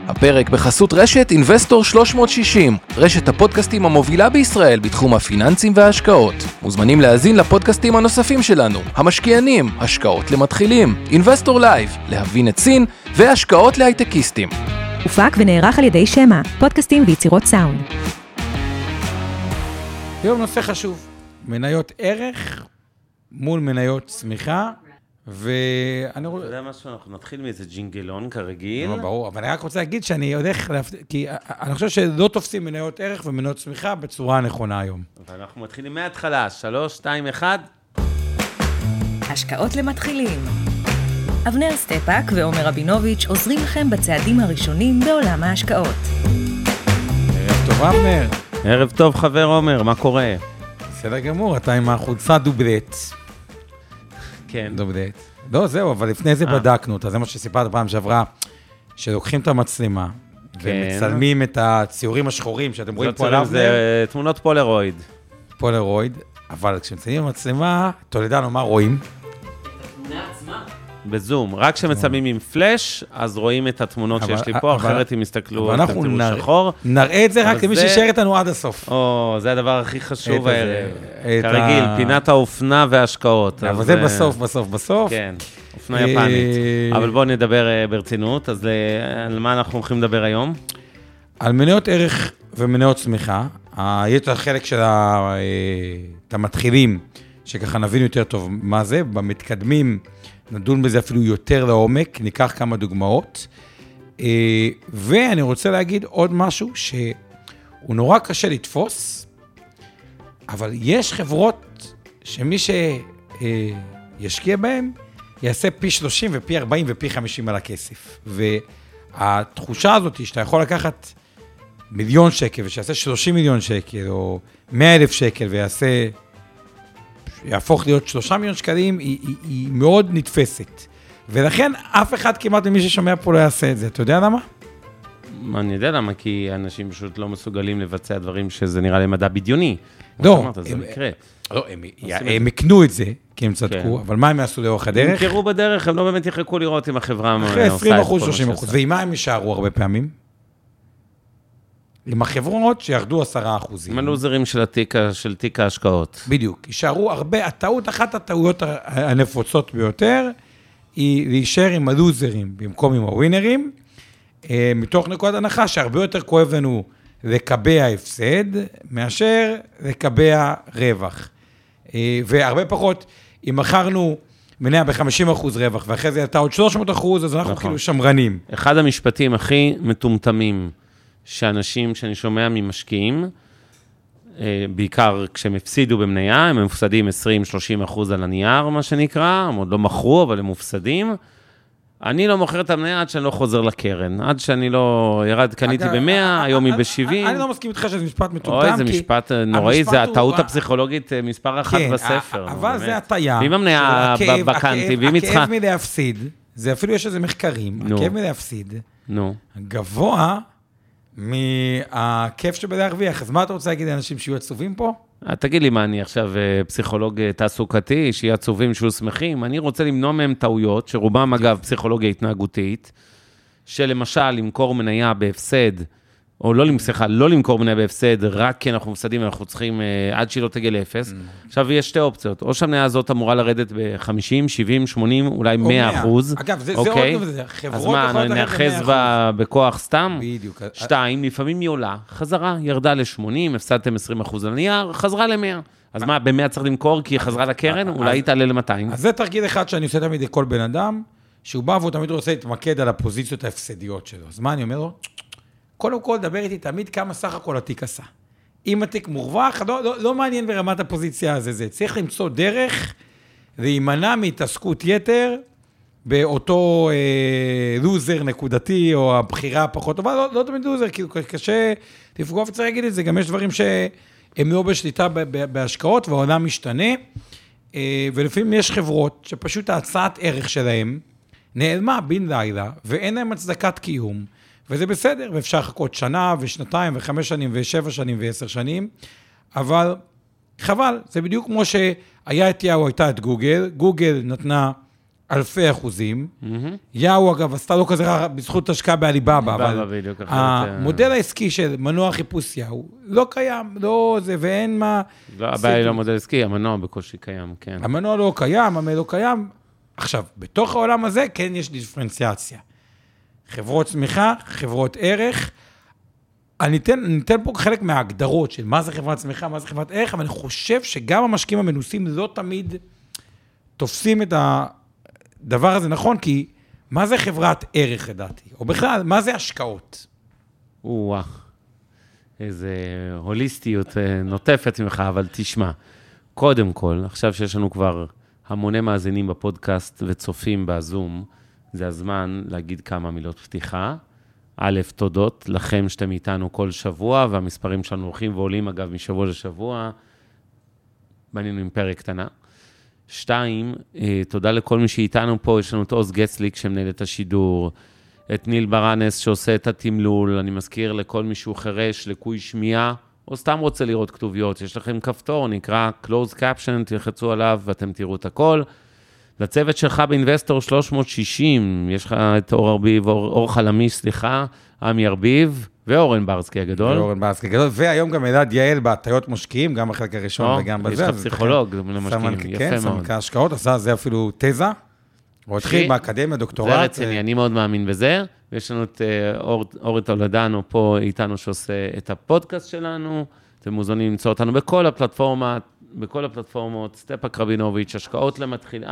הפרק בחסות רשת אינבסטור 360, רשת הפודקאסטים המובילה בישראל בתחום הפיננסים וההשקעות. מוזמנים להאזין לפודקאסטים הנוספים שלנו, המשקיענים, השקעות למתחילים, אינבסטור לייב, להבין את סין והשקעות להייטקיסטים. הופק ונערך על ידי שמה, פודקאסטים ויצירות סאונד. היום נושא חשוב, מניות ערך מול מניות צמיחה, ואני רוצה... אתה יודע משהו, אנחנו נתחיל מאיזה ג'ינגלון כרגיל. לא, ברור, אבל אני רק רוצה להגיד שאני הולך, כי אני חושב שלא תופסים מניות ערך ומניות צמיחה בצורה הנכונה היום. ואנחנו מתחילים מההתחלה, 3, 2, 1. השקעות למתחילים. אבנר סטפאק ועומר רבינוביץ' עוזרים לכם בצעדים הראשונים בעולם ההשקעות. ערב טוב, אבנר. ערב טוב, חבר עומר, מה קורה? בסדר גמור, אתה עם החולצה דובלט. כן. דובלט. לא, זהו, אבל לפני זה בדקנו אותה, זה מה שסיפרת פעם שעברה, שלוקחים את המצלמה, ומצלמים את הציורים השחורים שאתם רואים פה על אבנר. זה תמונות פולרויד. פולרויד, אבל כשמצלמים במצלמה, תולדנו, מה רואים? בזום, רק כשמצלמים עם פלש, אז רואים את התמונות שיש לי פה, אחרת אם יסתכלו, אבל אנחנו נראה את זה רק למי שישאר איתנו עד הסוף. זה הדבר הכי חשוב הערב. כרגיל, פינת האופנה וההשקעות. אבל זה בסוף. כן, אופנה יפנית. אבל בואו נדבר ברצינות, אז על מה אנחנו הולכים לדבר היום? על מניות ערך ומניות צמיחה. יש את החלק של המתחילים, שככה נבין יותר טוב מה זה, במתקדמים נדון בזה אפילו יותר לעומק, ניקח כמה דוגמאות, ואני רוצה להגיד עוד משהו שהוא נורא קשה לתפוס, אבל יש חברות שמי שישקיע בהן, יעשה פי 30 ופי 40 ופי 50 על הכסף. והתחושה הזאת שאתה יכול לקחת 1,000,000 שקל, ושיעשה 30 מיליון שקל, או 100,000 שקל, יהפוך להיות 3 מיליון שקלים, היא מאוד נתפסת. ולכן אף אחד כמעט ממי ששומע פה לא יעשה את זה. אתה יודע למה? אני יודע למה, כי אנשים פשוט לא מסוגלים לבצע דברים שזה נראה להם מדע בדיוני. לא, הם יקנו את זה, כי הם צדקו, אבל מה הם יעשו לאורך הדרך? הם יקרו בדרך, הם לא באמת יחכו לראות אם החברה אחרי 20%, 30%. ועם מה הם יישארו הרבה פעמים? עם החברות שירדו 10%. עם הלוזרים של תיק ההשקעות. בדיוק. יישארו הרבה, אחת הטעויות הנפוצות ביותר, היא להישאר עם הלוזרים במקום עם הווינרים, מתוך נקודת הנחה שהרבה יותר כואב לנו לקבע הפסד, מאשר לקבע רווח. והרבה פחות, אם מכרנו מניה ב-50% רווח, ואחרי זה הייתה עוד 300%, אז אנחנו כאילו שמרנים. אחד המשפטים הכי מטומטמים, שאנשים שאני שומע ממשקיעים, בעיקר כשהם הפסידו במניה, הם מופסדים 20-30% על הנייר, מה שנקרא, הם עוד לא מכרו, אבל הם מופסדים. אני לא מוכר את המניה עד שאני לא חוזר לקרן, עד שאני לא קניתי ב-100, היום היא ב-70. אני לא מסכים איתך שזה משפט מטומטם. אוי, זה משפט נוראי, זה הטעות הפסיכולוגית מספר 1 בספר. אבל זה הטעיה. ואם המניה בקנטי, ואם היא צריכה... הכאב מלהפסיד, זה אפילו יש איזה מחקרים, הכאב מלהפסיד, גבוה מהכיף שבלהרוויח. אז מה אתה רוצה להגיד לאנשים שיהיו עצובים פה? תגיד לי מה, אני עכשיו פסיכולוג תעסוקתי, שיהיו עצובים, שיהיו שמחים. אני רוצה למנוע מהם טעויות, שרובם אגב פסיכולוגיה התנהגותית, שלמשל למכור מניה בהפסד, או לא למכור מניה בהפסד, רק כי אנחנו מפסדים ואנחנו צריכים עד שהיא לא תגיע לאפס. עכשיו יש שתי אופציות, או שהמניה הזאת אמורה לרדת ב-50, 70, 80, אולי 100%. אגב, זה עוד כזה, אז מה, נאחז בה בכוח סתם? בדיוק. 2, לפעמים היא עולה, חזרה, ירדה ל-80, הפסדתם 20% על נייר, חזרה ל-100. אז מה, ב-100 צריך למכור כי היא חזרה לקרן, אולי היא תעלה ל-200. אז זה תרגיל אחד שאני עושה תמיד לכל בן אדם, שהוא בא והוא תמיד רוצה להתמקד על הפוזיציות ההפסדיות שלו. אז מה אני אומר לו? קודם כל, דבר איתי תמיד כמה סך הכל התיק עשה. אם התיק מורווח, לא מעניין ברמת הפוזיציה הזה. צריך למצוא דרך להימנע מהתעסקות יתר באותו לוזר נקודתי, או הבחירה הפחות טובה. לא תמיד לוזר, כי קשה לפגוע וצריך להגיד את זה. גם יש דברים שהם לא בשליטה בהשקעות, והעולם משתנה. ולפעמים יש חברות שפשוט ההצעת ערך שלהם נעלמה בין לילה, ואין להם הצדקת קיום. וזה בסדר, ואפשר לחכות שנה, ושנתיים, ו5 שנים, ו7 שנים, ו10 שנים, אבל חבל, זה בדיוק כמו שהיה את יאו, הייתה את גוגל, גוגל נתנה אלפי אחוזים. יאו, אגב, עשתה לא כזה רע בזכות השקעה בעליבאבא, אבל המודל העסקי של מנוע חיפוש יאו לא קיים, לא זה, ואין מה... הבעיה היא לא מודל עסקי, המנוע בקושי קיים, כן. המנוע לא קיים, המנוע לא קיים. עכשיו, בתוך העולם הזה כן יש דיפרנציאציה. חברות צמיחה, חברות ערך. אני אתן פה חלק מההגדרות של מה זה חברת צמיחה, מה זה חברת ערך, אבל אני חושב שגם המשקיעים המנוסים לא תמיד תופסים את הדבר הזה נכון, כי מה זה חברת ערך לדעתי? או בכלל, מה זה השקעות? איזה הוליסטיות נוטפת ממך, אבל תשמע, קודם כל, עכשיו שיש לנו כבר המוני מאזינים בפודקאסט וצופים בזום, זה הזמן להגיד כמה מילות פתיחה. א', תודות לכם שאתם איתנו כל שבוע, והמספרים שלנו הולכים ועולים, אגב, משבוע לשבוע, בנינו אימפריה קטנה. 2, תודה לכל מי שאיתנו פה, יש לנו את עוז גצליק שמנהל את השידור, את ניל ברנס שעושה את התמלול, אני מזכיר לכל מי שהוא חרש, לקוי שמיעה, או סתם רוצה לראות כתוביות, יש לכם כפתור, נקרא Closed Caption, תלחצו עליו ואתם תראו את הכל. לצוות שלך באינבסטור 360, יש לך את אור חלמיש, עמי ארביב, ואורן ברסקי הגדול. והיום גם אלעד יעל בהטיות משקיעים, גם בחלק הראשון וגם בזה. יש לך פסיכולוג למשקיעים, יפה מאוד. כן, סמנכ"ל השקעות, עשה זה אפילו תזה. הוא התחיל באקדמיה, דוקטורט. זה רציני, אני מאוד מאמין בזה. ויש לנו את אורי תולדנו פה איתנו שעושה את הפודקאסט שלנו. אתם מוזמנים למצוא אותנו בכל הפלטפורמות, סטפאק רבינוביץ', השקעות למתחילים,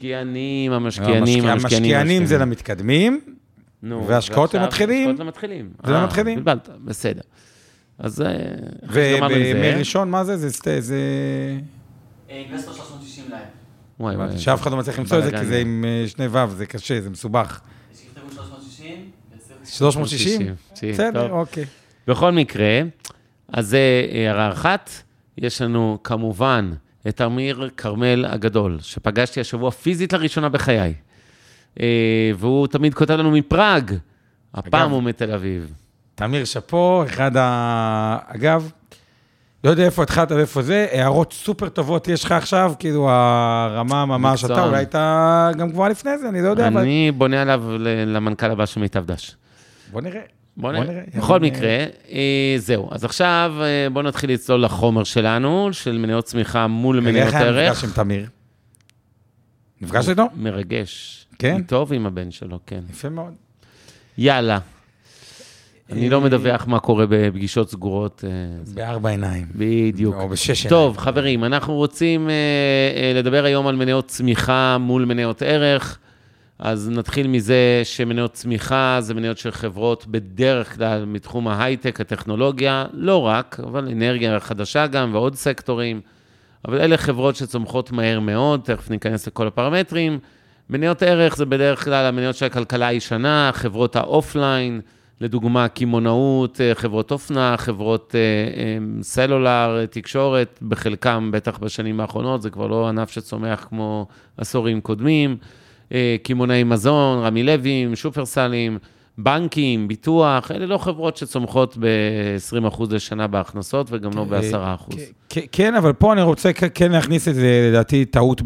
המשקיענים זה למתקדמים, והשקעות למתחילים. השקעות למתחילים. זה למתחילים. בלבלת, בסדר. אז ומראשון, מה זה? זה... אינבסטור 360 לייב. וואי, שאף אחד לא מצליח למצוא את זה, כי זה עם שני וו, זה קשה, זה מסובך. שכתבו 360? 360? בסדר, אוקיי. בכל מקרה, אז זה הערה אחת. יש לנו כמובן את אמיר כרמל הגדול, שפגשתי השבוע פיזית לראשונה בחיי. והוא תמיד כותב לנו מפראג, הפעם הוא מתל אביב. תמיר שפו, אגב, לא יודע איפה התחלת ואיפה זה, הערות סופר טובות יש לך עכשיו, כאילו הרמה ממש, אתה אולי הייתה גם כבר לפני זה, אני לא יודע. אני בונה עליו למנכ"ל הבא של מיטב דש. בוא נראה. בכל מקרה, זהו. אז עכשיו בואו נתחיל לצלול לחומר שלנו, של מניות צמיחה מול מניות ערך. איך נפגש עם תמיר? נפגש איתו? מרגש. כן? טוב עם הבן שלו, כן. יפה מאוד. יאללה. אני לא מדווח מה קורה בפגישות סגורות. בארבע עיניים. בדיוק. או בשש עיניים. טוב, חברים, אנחנו רוצים לדבר היום על מניות צמיחה מול מניות ערך. אז נתחיל מזה שמניות צמיחה זה מניות של חברות בדרך כלל מתחום ההייטק, הטכנולוגיה, לא רק, אבל אנרגיה חדשה גם ועוד סקטורים, אבל אלה חברות שצומחות מהר מאוד, תכף ניכנס לכל הפרמטרים. מניות ערך זה בדרך כלל המניות של הכלכלה הישנה, חברות האופליין, לדוגמה קימונאות, חברות אופנה, חברות סלולר, תקשורת, בחלקם בטח בשנים האחרונות, זה כבר לא ענף שצומח כמו עשורים קודמים, קימונאי מזון, רמי לויים, שופרסלים, בנקים, ביטוח, אלה לא חברות שצומחות ב-20% לשנה בהכנסות, וגם לא ב-10%. כן, אבל פה אני רוצה כן להכניס את זה, לדעתי,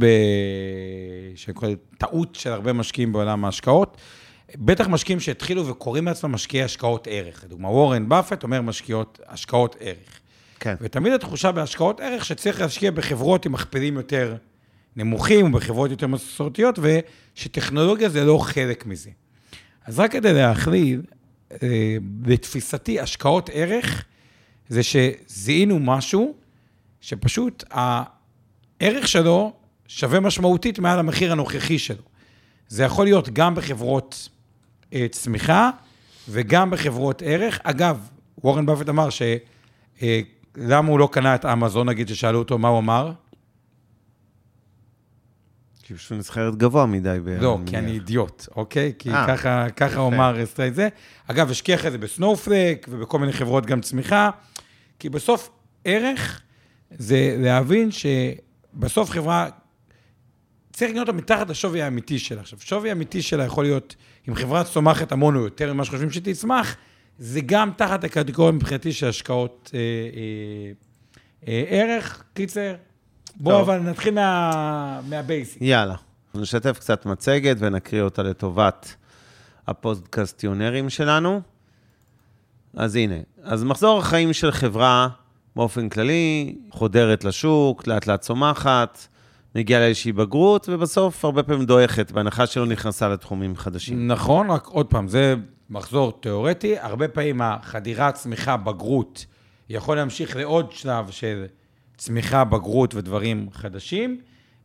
טעות של הרבה משקיעים בעולם ההשקעות, בטח משקיעים שהתחילו וקוראים לעצמם משקיעי השקעות ערך. לדוגמה, וורן באפט אומר השקעות ערך. כן. ותמיד התחושה בהשקעות ערך שצריך להשקיע בחברות עם מכפילים יותר נמוכים, ובחברות יותר מסורתיות, ושטכנולוגיה זה לא חלק מזה. אז רק כדי להכליל, בתפיסתי, השקעות ערך, זה שזיהינו משהו, שפשוט הערך שלו שווה משמעותית מעל המחיר הנוכחי שלו. זה יכול להיות גם בחברות צמיחה, וגם בחברות ערך. אגב, וורן באפט אמר למה הוא לא קנה את אמזון, נגיד ששאלו אותו מה הוא אמר? כי פשוט נסחרת גבוה מדי. לא, כי אני אידיוט, אוקיי? כי ככה הוא אמר את זה. אגב, השקיע אחרי זה בסנופלק, ובכל מיני חברות גם צמיחה, כי בסוף ערך זה להבין שבסוף חברה, צריך לקנות אותה מתחת לשווי האמיתי שלה. עכשיו, שווי האמיתי שלה יכול להיות, אם חברה צומחת המון או יותר ממה שחושבים שתצמח, זה גם תחת הקטגוריה מבחינתי של השקעות ערך, קיצר. בוא אבל נתחיל מהבייסיק. יאללה. נשתף קצת מצגת ונקריא אותה לטובת הפודקאסטיונרים שלנו. אז הנה, אז מחזור החיים של חברה באופן כללי, חודרת לשוק, לאט לאט צומחת, מגיעה לאיזושהי בגרות, ובסוף הרבה פעמים דועכת, בהנחה שלא נכנסה לתחומים חדשים. נכון, רק עוד פעם, זה מחזור תיאורטי, הרבה פעמים החדירה, צמיחה, בגרות, יכול להמשיך לעוד שלב של צמיחה, בגרות ודברים חדשים,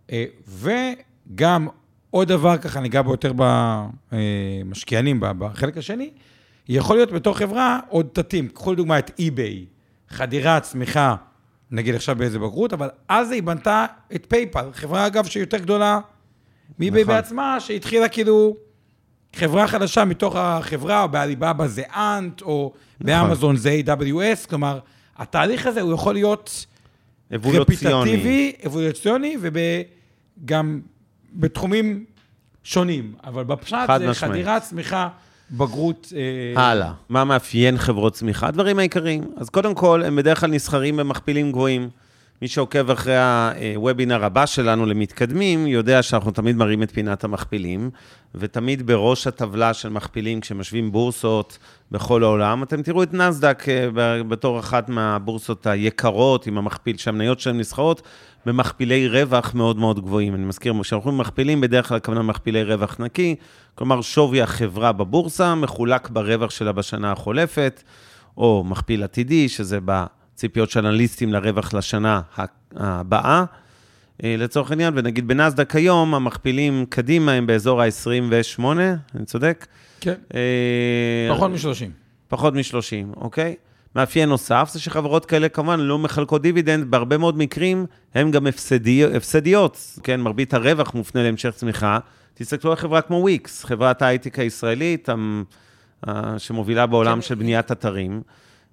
וגם עוד דבר, ככה ניגע בו יותר במשקיענים, בחלק השני, יכול להיות בתוך חברה עוד תתים, קחו לדוגמה את eBay, חדירה, צמיחה, נגיד עכשיו באיזה בגרות, אבל אז היא בנתה את פייפל, חברה אגב שיותר גדולה מאיביי בעצמה, שהתחילה כאילו חברה חדשה מתוך החברה, או באליבאבא זה אנט, או באמזון זה AWS, כלומר, התהליך הזה הוא יכול להיות רפיטטיבי, אבולוציוני, וגם בתחומים שונים, אבל בפשט זה חדירה, צמיחה, בגרות. הלאה, מה מאפיין חברות צמיחה? הדברים העיקריים. אז קודם כל, הם בדרך כלל נסחרים במכפילים גבוהים. מי שעוקב אחרי הוובינר הבא שלנו למתקדמים, יודע שאנחנו תמיד מראים את פינת המכפילים, ותמיד בראש הטבלה של מכפילים, כשמשווים בורסות בכל העולם, אתם תראו את נסדק בתור אחת מהבורסות היקרות, עם המכפיל שהמניות שהן נסחרות, במכפילי רווח מאוד מאוד גבוהים. אני מזכיר, כשאנחנו מכפילים, בדרך כלל כוונה מכפילי רווח נקי, כלומר שווי החברה בבורסה, מחולק ברווח שלה בשנה החולפת, או מכפיל עתידי, שזה ציפיות של אנליסטים לרווח לשנה הבאה, לצורך העניין, ונגיד בנסדק היום, המכפילים קדימה הם באזור ה-28, אני צודק? כן, פחות מ-30. פחות מ-30, אוקיי? מאפיין נוסף, זה שחברות כאלה כמובן לא מחלקות דיבידנד, בהרבה מאוד מקרים הן גם הפסדיות, כן? מרבית הרווח מופנה להמשך צמיחה, תסתכלו על חברה כמו וויקס, חברת ההייטק הישראלית, שמובילה בעולם של בניית אתרים,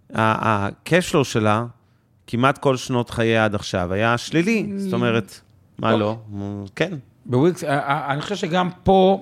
הקשלו שלה, כמעט כל שנות חיי עד עכשיו, היה שלילי, זאת אומרת, מה לא? כן. בוויקס, אני חושב שגם פה,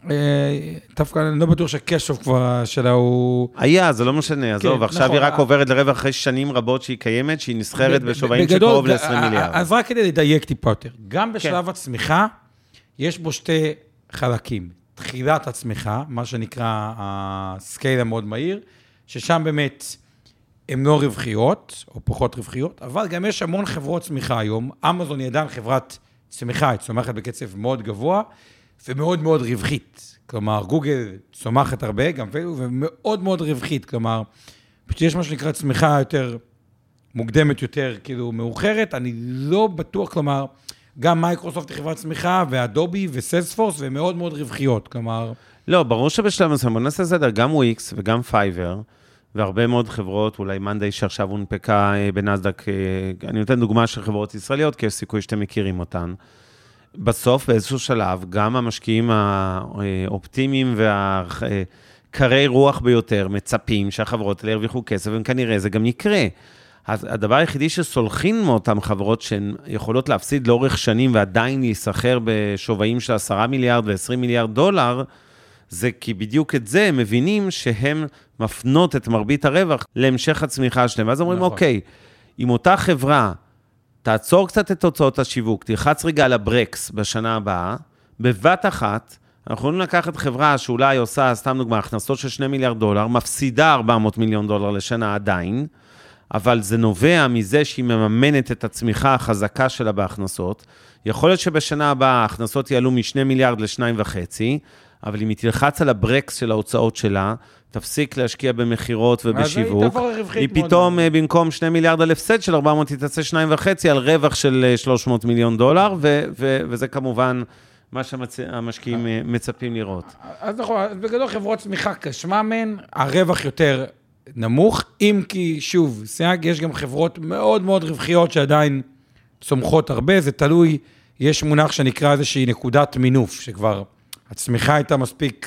דווקא אני לא בטוח שהקשלו כבר שלה הוא... היה, זה לא משנה, עזוב, עכשיו היא רק עוברת לרווח אחרי שנים רבות שהיא קיימת, שהיא נסחרת בשווים שקרוב ל-20 מיליארד. אז רק כדי לדייק טיפה יותר, גם בשלב הצמיחה, יש בו שתי חלקים. תחילת הצמיחה, מה שנקרא הסקייל המאוד מהיר, ששם באמת הן לא רווחיות, או פחות רווחיות, אבל גם יש המון חברות צמיחה היום. אמזון היא עדיין חברת צמיחה, היא צומחת בקצב מאוד גבוה, ומאוד מאוד רווחית. כלומר, גוגל צומחת הרבה, גם פייסבוק, ומאוד מאוד רווחית. כלומר, יש מה שנקרא צמיחה יותר מוקדמת, יותר כאילו מאוחרת. אני לא בטוח, כלומר, גם מייקרוסופט היא חברת צמיחה, ואדובי וסיילספורס, והן מאוד מאוד רווחיות. כלומר... לא, ברור שבשלב מסוים, בוא נעשה סדר, גם וויקס וגם פייבר, והרבה מאוד חברות, אולי מנדי שעכשיו הונפקה בנסדק, אני נותן דוגמה של חברות ישראליות, כי יש סיכוי שאתם מכירים אותן. בסוף, באיזשהו שלב, גם המשקיעים האופטימיים והקרי רוח ביותר מצפים שהחברות האלה ירוויחו כסף, וכנראה זה גם יקרה. אז הדבר היחידי שסולחים מאותן חברות שהן יכולות להפסיד לאורך שנים ועדיין להיסחר בשווים של 10 מיליארד ו-20 מיליארד דולר, זה כי בדיוק את זה הם מבינים שהם מפנות את מרבית הרווח להמשך הצמיחה שלהם. ואז אומרים, אוקיי, אם אותה חברה תעצור קצת את תוצאות השיווק, תלחץ רגע על הברקס בשנה הבאה, בבת אחת, אנחנו יכולים לקחת חברה שאולי עושה, סתם דוגמה, הכנסות של 2 מיליארד דולר, מפסידה 400 מיליון דולר לשנה עדיין, אבל זה נובע מזה שהיא מממנת את הצמיחה החזקה שלה בהכנסות. יכול להיות שבשנה הבאה ההכנסות יעלו מ2 מיליארד ל2.5, אבל אם היא תלחץ על הברקס של ההוצאות שלה, תפסיק להשקיע במחירות ובשיווק, היא פתאום במקום 2 מיליארד על הפסד של 400, היא תעשה 2.5 על רווח של 300 מיליון דולר, וזה כמובן מה שהמשקיעים מצפים לראות. אז נכון, בגדול חברות צמיחה כשמן, הרווח יותר נמוך, אם כי שוב, סייג, יש גם חברות מאוד מאוד רווחיות שעדיין צומחות הרבה, זה תלוי, יש מונח שנקרא איזושהי נקודת מינוף, שכבר הצמיחה הייתה מספיק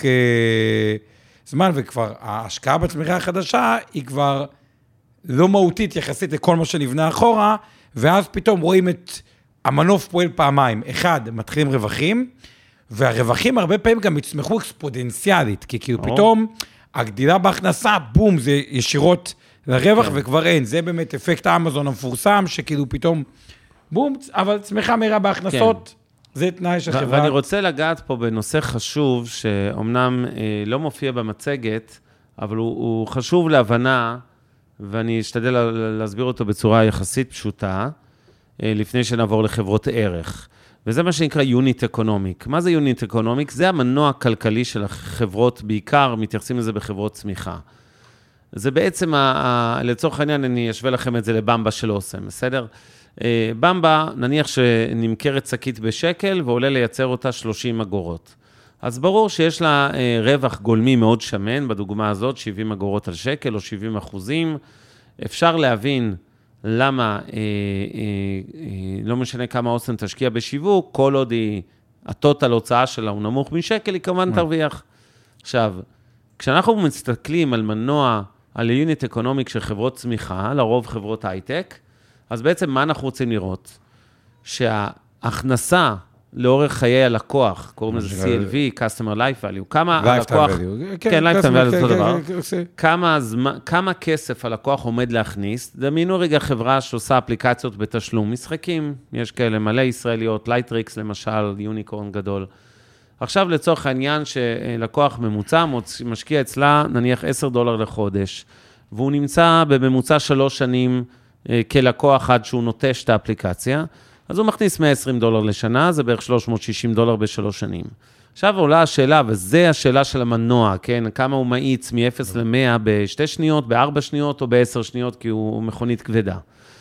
זמן, וכבר ההשקעה בצמיחה החדשה היא כבר לא מהותית יחסית לכל מה שנבנה אחורה, ואז פתאום רואים את המנוף פועל פעמיים. אחד, מתחילים רווחים, והרווחים הרבה פעמים גם יצמחו אקספודנציאלית, כי כאילו פתאום הגדילה בהכנסה, בום, זה ישירות לרווח, וכבר אין. זה באמת אפקט האמזון המפורסם, שכאילו פתאום, בום, אבל צמיחה מהירה בהכנסות, זה תנאי של חברה. ואני רוצה לגעת פה בנושא חשוב, שאומנם לא מופיע במצגת, אבל הוא חשוב להבנה, ואני אשתדל להסביר אותו בצורה יחסית פשוטה, לפני שנעבור לחברות ערך. וזה מה שנקרא Unit Economic. מה זה Unit Economic? זה המנוע הכלכלי של החברות, בעיקר מתייחסים לזה בחברות צמיחה. זה בעצם, לצורך העניין, אני אשווה לכם את זה לבמבה של אוסם, בסדר? במבה, נניח שנמכרת שקית בשקל, ועולה לייצר אותה 30 אגורות. אז ברור שיש לה רווח גולמי מאוד שמן, בדוגמה הזאת, 70 אגורות על שקל או 70%. אפשר להבין למה, לא משנה כמה אוסם תשקיע בשיווק, כל עוד הטוטל הוצאה שלה הוא נמוך משקל, היא כמובן תרוויח. עכשיו, כשאנחנו מסתכלים על מנוע, על יוניט אקונומיק של חברות צמיחה, לרוב חברות הייטק, אז בעצם מה אנחנו רוצים לראות? שההכנסה לאורך חיי הלקוח, קוראים לזה CLV, Customer Life Value, כמה הלקוח, כן, Lifetime Value, אותו דבר, כמה כסף הלקוח עומד להכניס, דמיינו רגע חברה שעושה אפליקציות בתשלום, משחקים, יש כאלה מלא ישראליות, לייטריקס למשל, יוניקורן גדול, עכשיו לצורך העניין שלקוח ממוצע משקיע אצלה נניח $10 לחודש, והוא נמצא בממוצע 3 שנים כלקוח עד שהוא נוטש את האפליקציה, אז הוא מכניס $120 לשנה, זה בערך $360 ב3 שנים. עכשיו עולה השאלה, וזו השאלה של המנוע, כן? כמה הוא מאיץ מ-0 ל-100 ב2 שניות, ב4 שניות או ב10 שניות, כי הוא מכונית כבדה.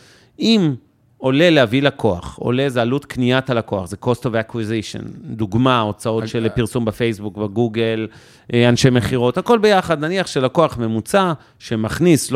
אם עולה להביא לקוח, עולה זה עלות קניית הלקוח, זה cost of acquisition, דוגמה, הוצאות של פרסום בפייסבוק, בגוגל, אנשי מחירות, הכל ביחד, נניח שלקוח ממוצע, שמכניס $360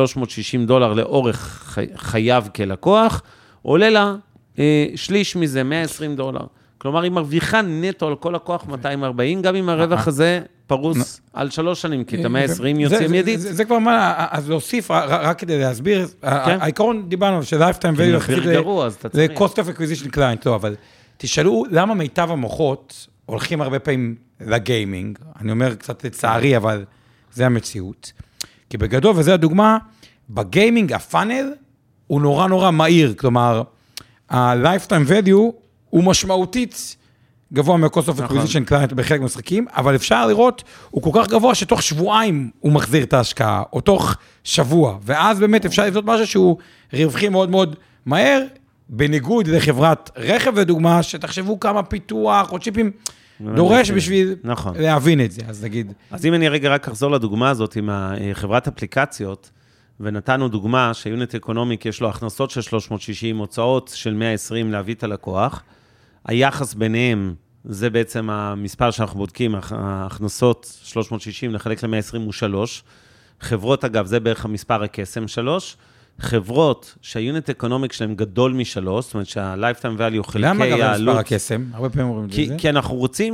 לאורך חייו כלקוח, עולה לה שליש מזה, $120. כלומר, היא מרוויחה נטו על כל לקוח 240, גם אם הרווח הזה פרוס על 3 שנים, כי את ה-120 יוצאים ידית. זה כבר מה, אז להוסיף, רק כדי להסביר, העיקרון דיברנו, ש-Lifetime Value, זה cost of acquisition client, לא, אבל תשאלו, למה מיטב המוחות הולכים הרבה פעמים לגיימינג, אני אומר קצת לצערי, אבל זה המציאות, כי בגדול, וזו הדוגמה, בגיימינג, הפאנל הוא נורא נורא מהיר, כלומר, ה-Lifetime Value הוא משמעותית גבוה מה-Cost of Acquisition Client בחלק משחקים, אבל אפשר לראות, הוא כל כך גבוה שתוך שבועיים הוא מחזיר את ההשקעה, או תוך שבוע, ואז באמת אפשר לבנות משהו שהוא רווחי מאוד מאוד מהר, בניגוד לחברת רכב לדוגמה, שתחשבו כמה פיתוח או צ'יפים דורש בשביל להבין את זה, אז נגיד. אז אם אני רק אחזור לדוגמה הזאת עם חברת אפליקציות, ונתנו דוגמה שיוניט אקונומיק יש לו הכנסות של 360, הוצאות של 120 להביא את הלקוח, היחס ביניהם, זה בעצם המספר שאנחנו בודקים, ההכנסות 360 לחלק ל-120 הוא 3, חברות אגב, זה בערך המספר הקסם 3, חברות שהיוניט אקונומיק שלהם גדול מ3, זאת אומרת שה-Lifetime Value חלקי העלות. למה אגב המספר הקסם? הרבה פעמים אומרים את זה. כי אנחנו רוצים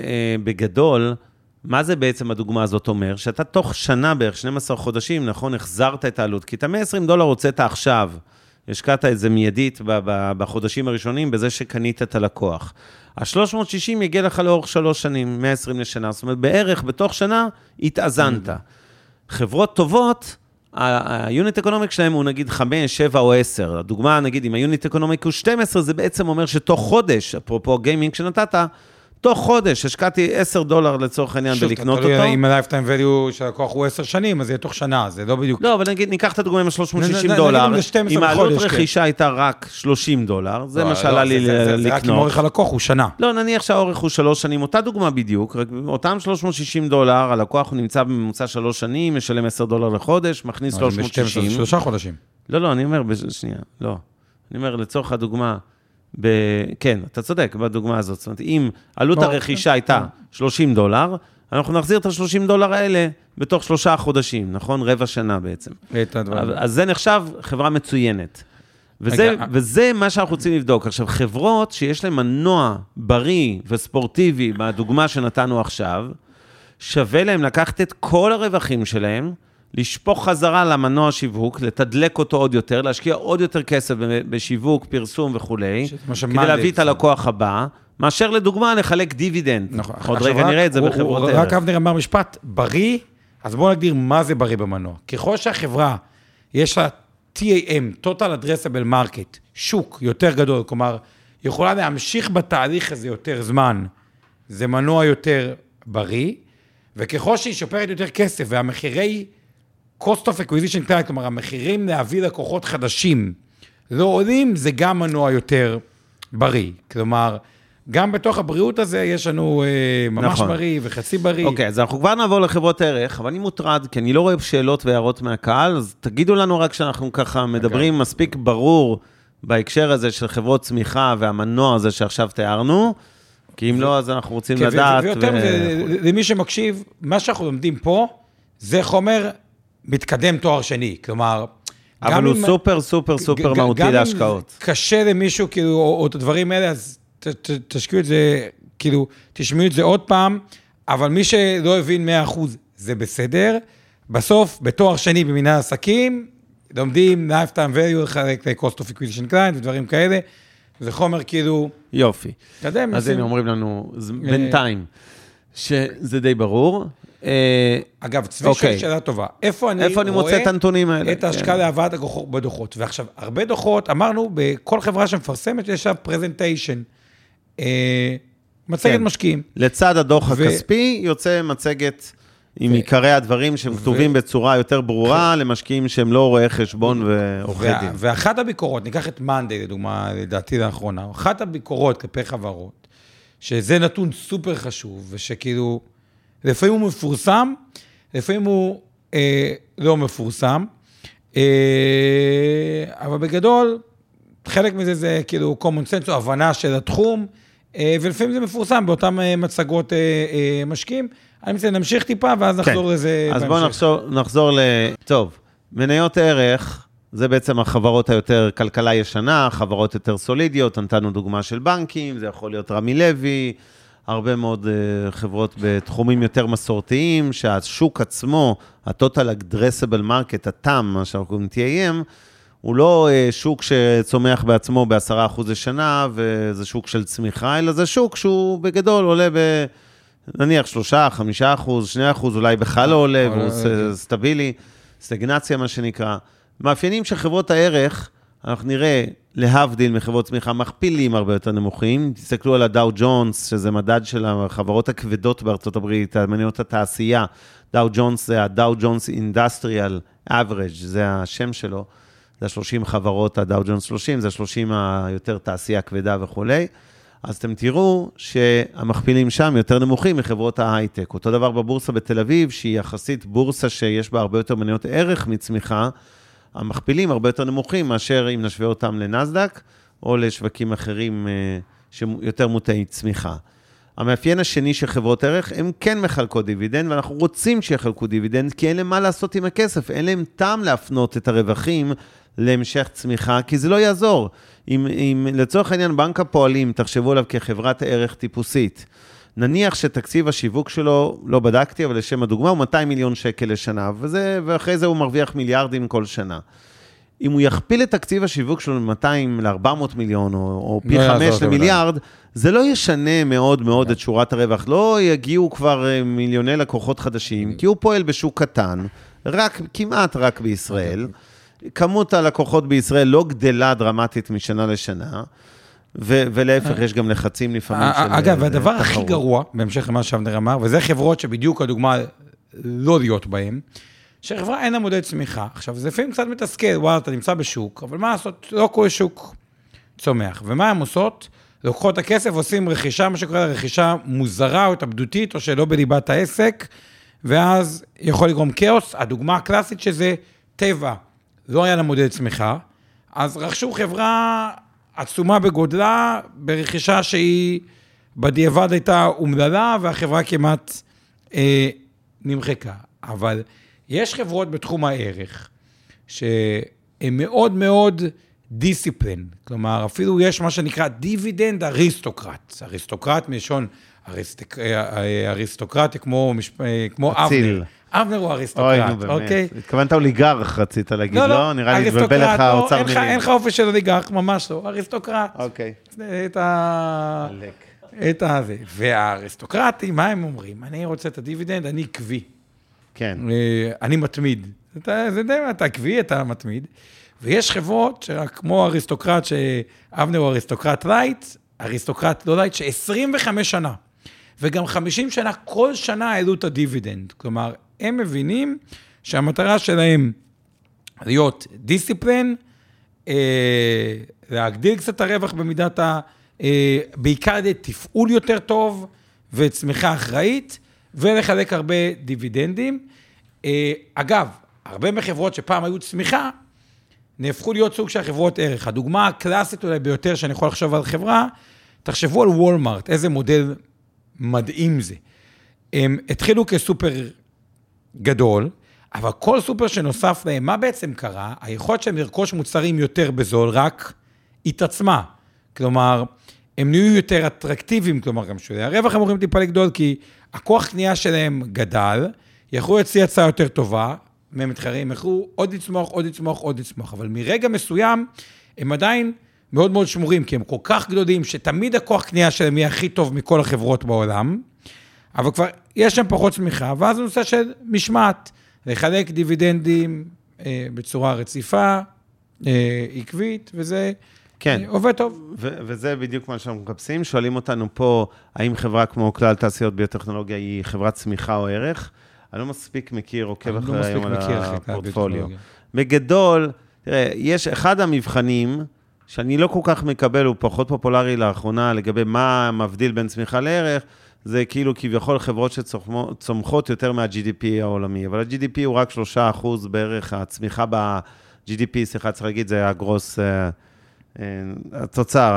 שבגדול, מה זה בעצם הדוגמה הזאת אומר? שאתה תוך שנה בערך 12 חודשים, נכון, החזרת את העלות, כי את $120 הוצאת עכשיו, השקעת את זה מיידית בחודשים הראשונים, בזה שקנית את הלקוח. ה-360 יגיע לך לאורך 3 שנים, 120 לשנה, זאת אומרת, בערך בתוך שנה התאזנת. חברות טובות, היוניט אקונומיק שלהם הוא נגיד 5, 7 או 10. הדוגמה, נגיד, אם היוניט אקונומיק הוא 12, זה בעצם אומר שתוך חודש, אפרופו גיימינג שנתת, תוך חודש, השקעתי $10 לצורך העניין ולקנות אותו. אם ה-Lifetime Value של הכוח הוא 10 שנים, אז זה יהיה תוך שנה, זה לא בדיוק. לא, אבל נגיד, ניקח את הדוגמה עם $360. אם העלות רכישה הייתה רק $30, זה מה שעלה לי לקנות. זה רק אם אורך הלקוח הוא שנה. לא, נניח שהאורך הוא 3 שנים, אותה דוגמה בדיוק, אותם $360, הלקוח הוא נמצא בממוצע 3 שנים, משלם $10 לחודש, מכניס 360. 3 חודשים. לא, אני אומר, שנייה, לא. אני אומר, לצורך הדוגמה, כן, אתה צודק בדוגמה הזאת, זאת אומרת, אם עלות הרכישה הייתה $30, אנחנו נחזיר את $30 האלה בתוך 3 חודשים, נכון? רבע שנה בעצם. אז זה נחשב חברה מצוינת. וזה מה שאנחנו רוצים לבדוק. עכשיו, חברות שיש להן מנוע בריא וספורטיבי, בדוגמה שנתנו עכשיו, שווה להם לקחת את כל הרווחים שלהם, לשפוך חזרה למנוע שיווק, לתדלק אותו עוד יותר, להשקיע עוד יותר כסף בשיווק, פרסום וכו', כדי להביא את הלקוח הבא, מאשר לדוגמה לחלק דיבידנד. עוד רגע נראה את זה בחברות ערך. רק אבנר אמר משפט, בריא, אז בואו נגדיר מה זה בריא במנוע. ככל שהחברה יש לה TAM, Total Addressable Market, שוק יותר גדול, כלומר, יכולה להמשיך בתהליך הזה יותר זמן, זה מנוע יותר בריא, וככל שהיא שופרת יותר כסף, והמחירי cost of acquisition client, כלומר, המחירים להביא לקוחות חדשים, לא עולים, זה גם מנוע יותר בריא. כלומר, גם בתוך הבריאות הזה יש לנו ממש נכון. בריא וחצי בריא. אוקיי, אז אנחנו כבר נעבור לחברות ערך, אבל אני מוטרד, כי אני לא רואה שאלות והערות מהקהל, אז תגידו לנו רק שאנחנו ככה מדברים מספיק ברור בהקשר הזה של חברות צמיחה והמנוע הזה שעכשיו תיארנו, כי אם לא, אז אנחנו רוצים לדעת. ויותר למי שמקשיב, מה שאנחנו לומדים פה, זה חומר מתקדם תואר שני, כלומר... אבל הוא סופר, סופר, סופר מהותי להשקעות. גם אם קשה למישהו, כאילו, או את הדברים האלה, אז תשקיעו את זה, כאילו, תשמעו את זה עוד פעם, אבל מי שלא הבין 100%, זה בסדר. בסוף, בתואר שני במנהל עסקים, לומדים lifetime value, חלק ל-cost of acquisition client ודברים כאלה, זה חומר כאילו... יופי. אז הנה אומרים לנו, בינתיים, שזה די ברור. אגב, צבי שאלה טובה. איפה אני מוצא את הנתונים האלה? את ההשקעה להבאת בדוחות. ועכשיו, הרבה דוחות, אמרנו, בכל חברה שמפרסמת, יש שם פרזנטיישן. מצגת משקיעים. לצד הדוח הכספי, יוצא מצגת עם עיקרי הדברים שהם כתובים בצורה יותר ברורה, למשקיעים שהם לא רואי חשבון ועורכי דין. ואחת הביקורות, ניקח את מאנדיי, לדוגמה, לדעתי לאחרונה, אחת הביקורות כלפי חברות, שזה נתון סופר חשוב, ושכאילו, לפעמים הוא מפורסם, לפעמים הוא לא מפורסם, אבל בגדול, חלק מזה זה כאילו common sense או הבנה של התחום, ולפעמים זה מפורסם באותן מצגות משקיעים. אני מציע, נמשיך טיפה, ואז נחזור לזה. אז בואו נחזור טוב, מניות ערך, זה בעצם החברות היותר כלכלה ישנה, חברות יותר סולידיות, נתנו דוגמה של בנקים, זה יכול להיות רמי לוי, הרבה מאוד חברות בתחומים יותר מסורתיים, שהשוק עצמו, ה-Total Addressable Market, ה-TAM, מה שאנחנו קוראים TAM, הוא לא שוק שצומח בעצמו ב10% לשנה, וזה שוק של צמיחה, אלא זה שוק שהוא בגדול עולה נניח 3%, 5%, 2%, אולי בכלל לא עולה, והוא סטבילי, סטגנציה מה שנקרא. מאפיינים של חברות הערך, אנחנו נראה להבדיל מחברות צמיחה, מכפילים הרבה יותר נמוכים, תסתכלו על הדאו ג'ונס, שזה מדד של החברות הכבדות בארצות הברית, מניות התעשייה, דאו ג'ונס זה הדאו ג'ונס אינדסטריאל אברג', זה השם שלו, זה 30 חברות, הדאו ג'ונס 30, זה 30 היותר תעשייה כבדה וכולי, אז אתם תראו שהמכפילים שם יותר נמוכים מחברות ההייטק. אותו דבר בבורסה בתל אביב, שהיא יחסית בורסה שיש בה הרבה יותר מניות ערך מצמיחה, המכפילים הרבה יותר נמוכים מאשר אם נשווה אותם לנסדק, או לשווקים אחרים שיותר מוטי צמיחה. המאפיין השני של חברות ערך, הם כן מחלקות דיבידנד, ואנחנו רוצים שיחלקו דיבידנד, כי אין להם מה לעשות עם הכסף, אין להם טעם להפנות את הרווחים להמשך צמיחה, כי זה לא יעזור. אם לצורך העניין בנק הפועלים, תחשבו עליו כחברת ערך טיפוסית, נניח שתקציב השיווק שלו, לא בדקתי, אבל לשם הדוגמה, הוא 200 מיליון שקל לשנה, ואחרי זה הוא מרוויח מיליארדים כל שנה. אם הוא יכפיל את תקציב השיווק שלו מ-200 ל-400 מיליון, או פי 5 למיליארד, זה לא ישנה מאוד מאוד את שורת הרווח. לא יגיעו כבר מיליוני לקוחות חדשים, כי הוא פועל בשוק קטן, כמעט רק בישראל. כמות הלקוחות בישראל לא גדלה דרמטית משנה לשנה, ולהפך יש גם לחצים לפעמים של תחרות. אגב, והדבר הכי גרוע, בהמשך למה שאבנר אמר, וזה חברות שבדיוק הדוגמה לא להיות בהן, שחברה אין לה מודל צמיחה. עכשיו, זה לפעמים קצת מתסכל, וואלה, אתה נמצא בשוק, אבל מה לעשות? לא כל שוק צומח. ומה הן עושות? לוקחות את הכסף, עושים רכישה, מה שקורה לרכישה מוזרה או התאבדותית, או שלא בליבת העסק, ואז יכול לגרום כאוס. הדוגמה הקלאסית שזה טבע, לא היה לה מודל צמיחה, אז רכשו חברה עצומה בגודלה, ברכישה שהיא בדיעבד הייתה אומללה, והחברה כמעט נמחקה. אבל יש חברות בתחום הערך, שהן מאוד מאוד דיסציפלין, כלומר, אפילו יש מה שנקרא דיבידנד אריסטוקרט, אריסטוקרט מלשון אריסטוקרט כמו אבנר. אבנר הוא אריסטוקרט, אוקיי? התכוונת אוליגרך, רצית להגיד, לא? נראה לי התבלבל לך האוצר מילים. אין לך אופי של אוליגרך, ממש לא, אריסטוקרט. אוקיי. את הזה. והאריסטוקרטים, מה הם אומרים? אני רוצה את הדיבידנד, אני עקבי. כן. אני מתמיד. זה די, אתה עקבי, אתה מתמיד. ויש חברות, כמו אריסטוקרט, שאבנר הוא אריסטוקרט לייט, אריסטוקרט לא לייט, ש-25 שנה, וגם 50 שנה, כל שנה העלו את הדיבידנד. כלומר, הם מבינים שהמטרה שלהם להיות דיסציפלין, להגדיל קצת הרווח במידת בעיקר תפעול יותר טוב, וצמיחה אחראית, ולחלק הרבה דיבידנדים. אגב, הרבה מחברות שפעם היו צמיחה, נהפכו להיות סוג של חברות ערך. הדוגמה הקלאסית אולי ביותר שאני יכול לחשוב על חברה, תחשבו על וולמארט, איזה מודל מדהים זה. הם התחילו כסופר גדול, אבל כל סופר שנוסף להם, מה בעצם קרה? היכולת שהם לרכוש מוצרים יותר בזול, רק התעצמה. כלומר, הם נהיו יותר אטרקטיביים, כלומר, גם שולי הרווח אמורים טיפה לגדול, כי הכוח קנייה שלהם גדל, יכלו להציע הצעה יותר טובה, מהמתחרים, יכלו עוד לצמוח, אבל מרגע מסוים, הם עדיין מאוד מאוד שמורים, כי הם כל כך גדולים, שתמיד הכוח קנייה שלהם יהיה הכי טוב מכל החברות בעולם, אבל כבר יש שם פחות צמיחה, ואז זה נושא של משמעת, לחלק דיבידנדים בצורה רציפה, עקבית, וזה כן. עובד טוב. וזה בדיוק מה שאנחנו מחפשים. שואלים אותנו פה, האם חברה כמו כלל תעשיות ביוטכנולוגיה היא חברת צמיחה או ערך? אני לא מספיק מכיר, עוקב אחרי היום על הפורטפוליו. בגדול, תראה, יש אחד המבחנים שאני לא כל כך מקבל, הוא פחות פופולרי לאחרונה, לגבי מה מבדיל בין צמיחה לערך, זה כאילו כביכול חברות שצומחות יותר מה-GDP העולמי, אבל ה-GDP הוא רק 3% בערך, הצמיחה ב-GDP, סליחה, צריך להגיד, זה הגרוס, התוצר,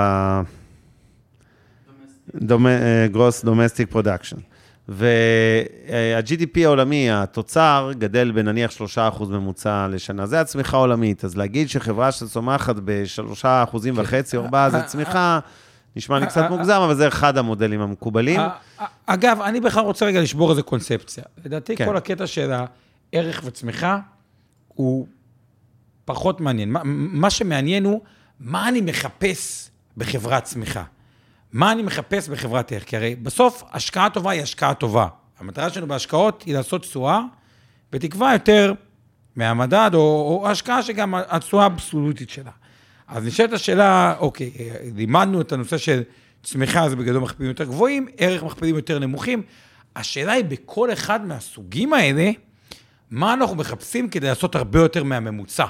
גרוס דומסטיק פרודקשן. וה-GDP העולמי, התוצר, גדל בנניח 3% ממוצע לשנה. זה הצמיחה העולמית. אז להגיד שחברה שצומחת ב3.5% או 4% זה צמיחה, נשמע לי קצת מוגזם, אבל זה אחד המודלים המקובלים. אגב, אני בכלל רוצה רגע לשבור איזו קונספציה. לדעתי כל הקטע של הערך וצמיחה הוא פחות מעניין. מה שמעניין הוא, מה אני מחפש בחברת צמיחה? מה אני מחפש בחברת ערך? כי הרי בסוף השקעה טובה היא השקעה טובה. המטרה שלנו בהשקעות היא לעשות תשואה, בתקווה יותר מהמדד, או השקעה שגם התשואה האבסולוטית שלה. אז נשאלת השאלה, אוקיי, לימדנו את הנושא של צמיחה, זה בגדול מכפילים יותר גבוהים, ערך מכפילים יותר נמוכים. השאלה היא בכל אחד מהסוגים האלה, מה אנחנו מחפשים כדי לעשות הרבה יותר מהממוצע.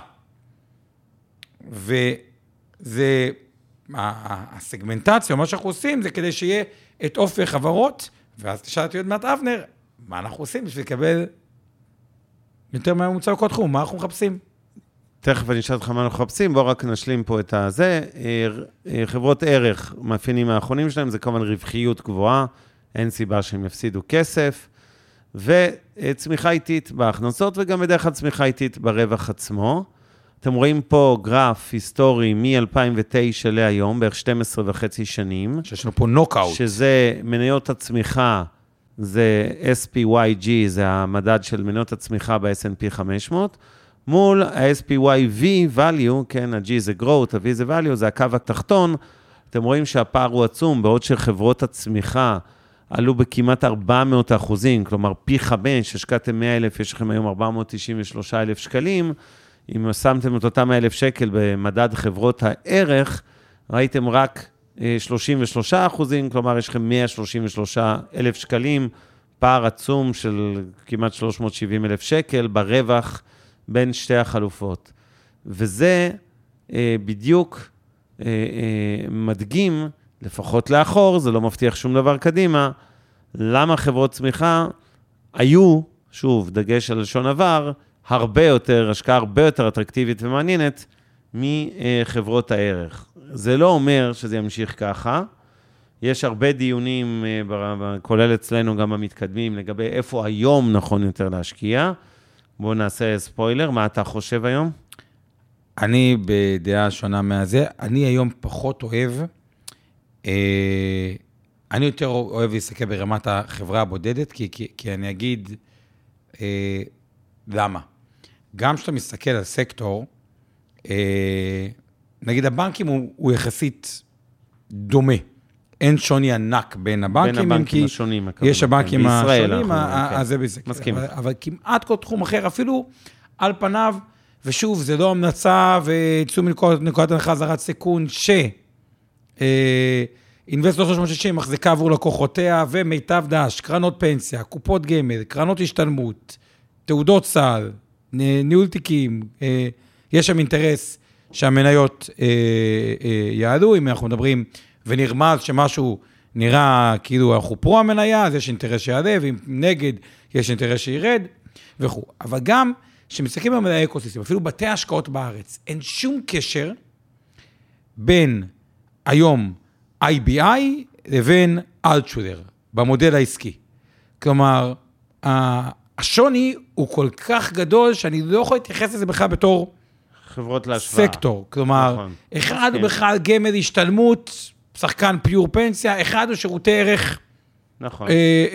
וזה, הסגמנטציה, מה שאנחנו עושים, זה כדי שיהיה את אופי חברות, ואז תשאלתי עוד מעט אבנר, מה אנחנו עושים בשביל לקבל יותר מהממוצע בכל תחום, מה אנחנו מחפשים? תכף אני אשאל אותך מה אנחנו מחפשים, בואו רק נשלים פה את הזה. חברות ערך, מאפיינים האחרונים שלהם, זה כמובן רווחיות גבוהה, אין סיבה שהם יפסידו כסף, וצמיחה איטית בהכנסות, וגם בדרך כלל צמיחה איטית ברווח עצמו. אתם רואים פה גרף היסטורי מ-2009 להיום, בערך 12.5 שנים. שיש לנו פה נוקאוט. שזה מניות הצמיחה, זה SPYG, זה המדד של מניות הצמיחה ב-S&P 500, מול ה-SPYV value, כן, ה-G זה growth, ה-V זה value, זה הקו התחתון. אתם רואים שהפער הוא עצום, בעוד שחברות הצמיחה עלו בכמעט 400%, כלומר פי 5, השקעתם 100,000, יש לכם היום 493,000 שקלים, אם שמתם את אותם 1,000 שקל במדד חברות הערך, ראיתם רק 33%, כלומר יש לכם 133,000 שקלים, פער עצום של כמעט 370,000 שקל ברווח בין שתי החלופות. וזה בדיוק מדגים, לפחות לאחור, זה לא מבטיח שום דבר קדימה, למה חברות צמיחה היו, שוב, דגש על לשון עבר, הרבה יותר, השקעה הרבה יותר אטרקטיבית ומעניינת מחברות הערך. זה לא אומר שזה ימשיך ככה. יש הרבה דיונים, כולל אצלנו גם המתקדמים, לגבי איפה היום נכון יותר להשקיע. בואו נעשה ספוילר, מה אתה חושב היום? אני בדעה שונה מהזה, אני היום פחות אוהב, אני יותר אוהב להסתכל ברמת החברה הבודדת, כי אני אגיד, למה? גם כשאתה מסתכל על סקטור, נגיד הבנקים הוא יחסית דומה. אין שוני ענק בין הבנקים. בין הבנקים השונים. יש הבנקים השונים, אז זה בסקטור. אבל כמעט כל תחום אחר, אפילו על פניו, ושוב, זה לא המלצה, ויצאו מנקודת הנחה זרת סיכון, אינבסטור 360 מחזיקה עבור לקוחותיה, ומיטב דש, קרנות פנסיה, קופות גמל, קרנות השתלמות, תעודות סל, ניהול תיקים, יש שם אינטרס שהמניות יעלו, אם אנחנו מדברים ונרמז שמשהו נראה כאילו אנחנו פרו המניה, אז יש אינטרס שיעלה, ואם נגד יש אינטרס שירד, וכו'. אבל גם שמסתכלים במדעי האקוסיסטם, אפילו בתי ההשקעות בארץ, אין שום קשר בין היום IBI לבין אלטשולר, במודל העסקי. כלומר, השוני הוא כל כך גדול, שאני לא יכול להתייחס לזה בכלל בתור חברות להשוואה. סקטור. כלומר, אחד הוא בכלל גמל השתלמות, שחקן פיור פנסיה, אחד הוא שירותי ערך. נכון.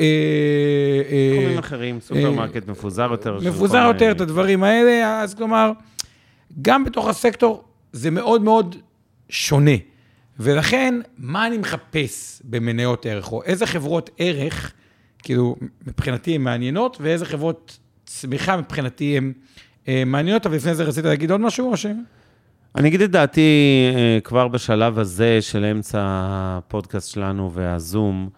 תחומים אחרים, סופרמרקט מפוזר יותר. מפוזר יותר את הדברים האלה, אז כלומר, גם בתוך הסקטור זה מאוד מאוד שונה. ולכן, מה אני מחפש במניות ערך, או איזה חברות ערך, כאילו, מבחינתי הן מעניינות, ואיזה חברות צמיחה מבחינתי הן מעניינות, אבל לפני זה רצית להגיד עוד משהו, או ש... אני אגיד את דעתי כבר בשלב הזה של אמצע הפודקאסט שלנו והזום,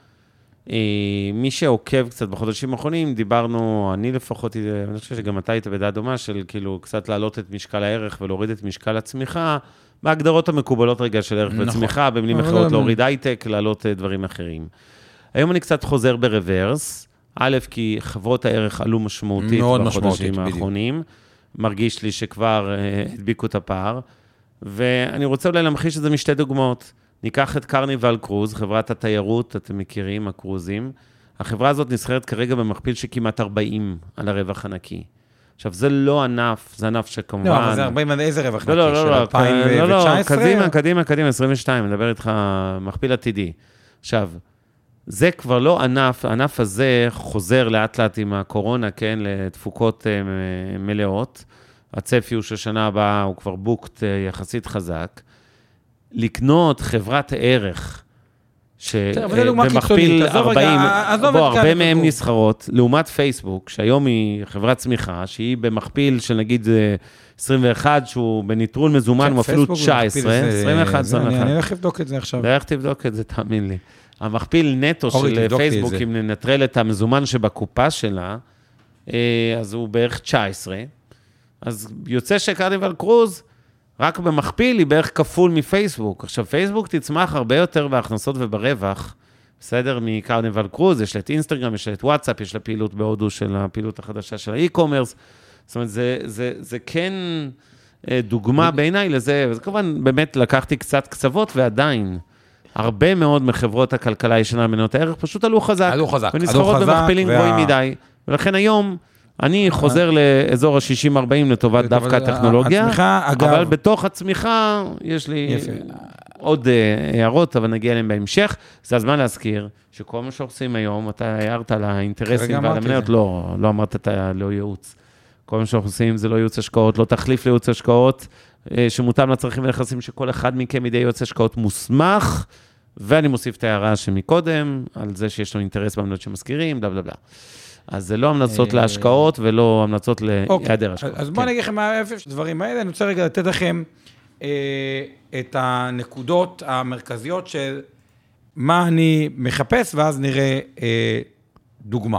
מי שעוקב קצת בחודשים האחרונים, דיברנו, אני לפחות, אני חושב שגם אתה היית בדעה דומה, של כאילו קצת להעלות את משקל הערך ולהוריד את משקל הצמיחה, בהגדרות המקובלות רגע של ערך וצמיחה, במילים אחרות להוריד הייטק, להעלות דברים אחרים. היום אני קצת חוזר ברוורס, א', כי חברות הערך עלו משמעותית בחודשים האחרונים, מרגיש לי שכבר הדביקו את הפער, ואני רוצה אולי להמחיש את זה משתי דוגמאות. ניקח את קרניבל קרוז, חברת התיירות, אתם מכירים, הקרוזים. החברה הזאת נסחרת כרגע במכפיל שכמעט 40 על הרווח הנקי. עכשיו, זה לא ענף, זה ענף שכמובן... לא, אבל זה 40 על איזה רווח נקי? של 2019? קדימה, 22, אני מדבר איתך מכפיל עתידי. עכשיו, זה כבר לא ענף, הענף הזה חוזר לאט לאט עם הקורונה, כן, לתפוקות מלאות. הצפי הוא ששנה הבאה הוא כבר בוקט יחסית חזק. לקנות חברת ערך, שבמכפיל 40, הרבה מהם נסחרות, לעומת פייסבוק, שהיום היא חברת צמיחה, שהיא במכפיל של נגיד 21, שהוא בניטרול מזומן, הוא אפילו 19, 21. אני הולך לבדוק את זה עכשיו. איך תבדוק את זה, תאמין לי. המכפיל נטו של פייסבוק, אם ננטרל את המזומן שבקופה שלה, אז הוא בערך 19. אז יוצא שקרניבל קרוז, רק במכפיל היא בערך כפול מפייסבוק. עכשיו, פייסבוק תצמח הרבה יותר בהכנסות וברווח, בסדר? מקרניבל קרוז, יש לה את אינסטגרם, יש לה את וואטסאפ, יש לה פעילות בהודו של הפעילות החדשה של האי-קומרס. זאת אומרת, זה כן דוגמה בעיניי לזה, וזה כמובן באמת לקחתי קצת קצוות, ועדיין, הרבה מאוד מחברות הכלכלה ישנה מניות הערך, פשוט עלו חזק. ונסחרות במכפילים גבוהים מדי. ולכן היום, אני חוזר לאזור ה-60-40 לטובת דווקא הטכנולוגיה, אבל בתוך הצמיחה יש לי עוד הערות, אבל נגיע אליהם בהמשך. זה הזמן להזכיר שכל מה שעושים היום, אתה הערת על האינטרסים ועל המניות, לא אמרת את לא ייעוץ. כל מה שאנחנו עושים זה לא ייעוץ השקעות, לא תחליף לייעוץ השקעות, שמותאם לצרכים ונכסים שכל אחד מכם ידי ייעוץ השקעות מוסמך, ואני מוסיף את ההערה שמקודם, על זה שיש לו אינטרס במניות שמזכירים, בלה בלה בלה. אז זה לא המלצות להשקעות, ולא המלצות להיעדר השקעות. אז בואו נגיד לכם מה איפה הדברים האלה, אני רוצה רגע לתת לכם את הנקודות המרכזיות של מה אני מחפש, ואז נראה דוגמה.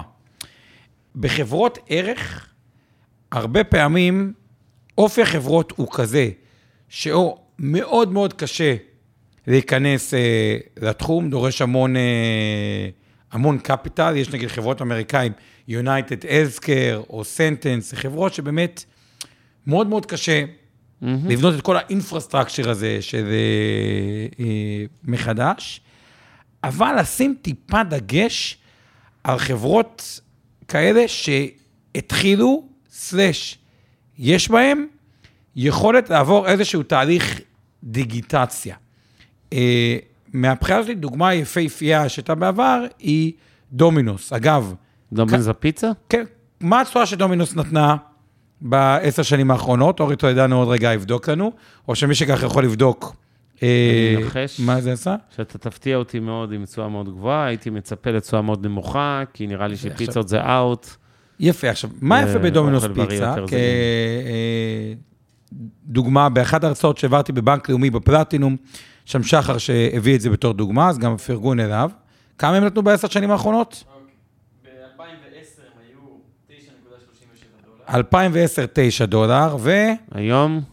בחברות ערך, הרבה פעמים, אופי החברות הוא כזה, שהוא מאוד מאוד קשה להיכנס לתחום, דורש המון קפיטל, יש נגיד חברות אמריקאים, United Healthcare או Sentence, חברות שבאמת מאוד מאוד קשה לבנות את כל האינפרסטרקצ'ר הזה של מחדש, אבל לשים טיפה דגש על חברות כאלה שהתחילו, יש בהם יכולת לעבור איזשהו תהליך דיגיטציה. מהבחירה שלי, דוגמה יפהפייה שהייתה בעבר, היא דומינוס. אגב... דומינוס הפיצה? כן. מה הצורה שדומינוס נתנה ב10 שנים האחרונות? אורי תולדנו עוד רגע יבדוק לנו, או שמי שכך יכול לבדוק מה זה עשה? שאתה תפתיע אותי מאוד עם צורה מאוד גבוהה, הייתי מצפה לצורה מאוד נמוכה, כי נראה לי שפיצות זה אאוט. יפה, עכשיו, מה יפה בדומינוס פיצה? דוגמה באחת ההרצאות שעברתי בבנק לאומי בפלטינום, שם שחר שהביא את זה בתור דוגמה, אז גם פרגון אליו. כמה הם נתנו ב10 שנים האחרונות? ב-2010 הם היו $9.37. 2010 $9, היום?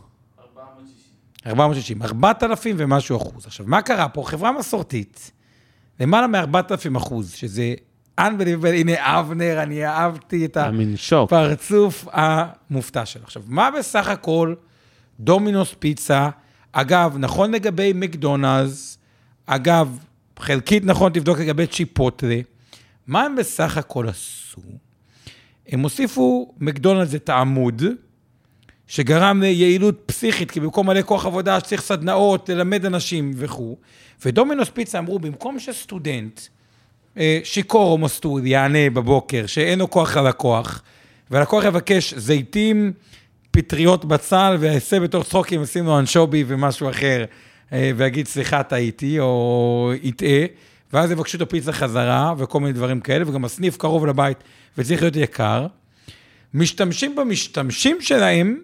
460, 4,000 ומשהו אחוז. עכשיו, מה קרה פה? חברה מסורתית, למעלה מ-4,000%, שזה unbelievable, הנה אבנר, אני אהבתי את הפרצוף המופתע שלו. עכשיו, מה בסך הכל דומינוס פיצה, אגב, נכון לגבי מקדונלדס, אגב, חלקית נכון תבדוק לגבי צ'יפוטלה, מה הם בסך הכל עשו? הם הוסיפו מקדונלדס את העמוד, שגרם ליעילות פסיכית, כי במקום מלא כוח עבודה שצריך סדנאות, ללמד אנשים וכו'. ודומינוס פיצה אמרו, במקום שסטודנט, שיקור או מסטוד, יענה בבוקר, שאין לו כוח על הכוח, והלקוח יבקש זיתים, פטריות בצל, ויעשה בתור צחוקים, עושים לו אנשובי ומשהו אחר, ויגיד סליחה טעיתי, או יטעה, ואז יבקשו את הפיצה חזרה, וכל מיני דברים כאלה, וגם הסניף קרוב לבית, וצריך להיות יקר. משתמשים במשתמשים שלהם,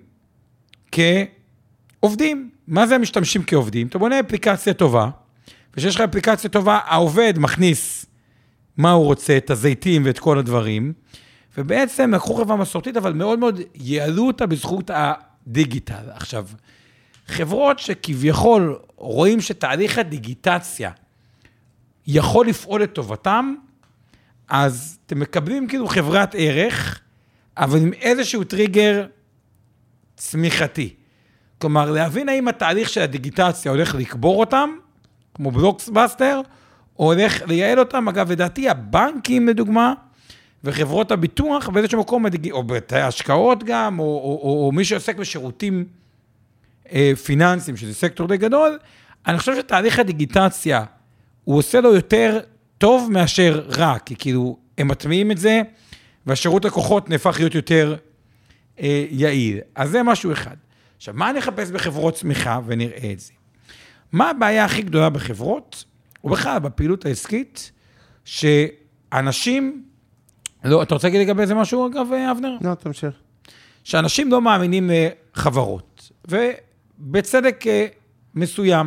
כעובדים. מה זה המשתמשים כעובדים? אתה בונה אפליקציה טובה, וכשיש לך אפליקציה טובה, העובד מכניס מה הוא רוצה, את הזיתים ואת כל הדברים, ובעצם לקחו חברה מסורתית, אבל מאוד מאוד יעלו אותה בזכות הדיגיטל. עכשיו, חברות שכביכול רואים שתהליך הדיגיטציה יכול לפעול לטובתם, אז אתם מקבלים כאילו חברת ערך, אבל עם איזשהו טריגר צמיחתי. כלומר, להבין האם התהליך של הדיגיטציה הולך לקבור אותם, כמו בלוקסבאסטר, או הולך לייעל אותם. אגב, לדעתי, הבנקים, לדוגמה, וחברות הביטוח, באיזשהו מקום, או בתי ההשקעות גם, או מי שעוסק בשירותים פיננסיים, שזה סקטור די גדול, אני חושב שתהליך הדיגיטציה, הוא עושה לו יותר טוב מאשר רע, כי כאילו, הם מטמיעים את זה, והשירות לקוחות נהפך להיות יותר יעיל. אז זה משהו אחד. עכשיו, מה נחפש בחברות צמיחה, ונראה את זה? מה הבעיה הכי גדולה בחברות, ובכלל בפעילות העסקית, שאנשים, לא, אתה רוצה להגיד לגבי זה משהו, אגב, אבנר? לא, תמשיך. שאנשים לא מאמינים לחברות, ובצדק מסוים.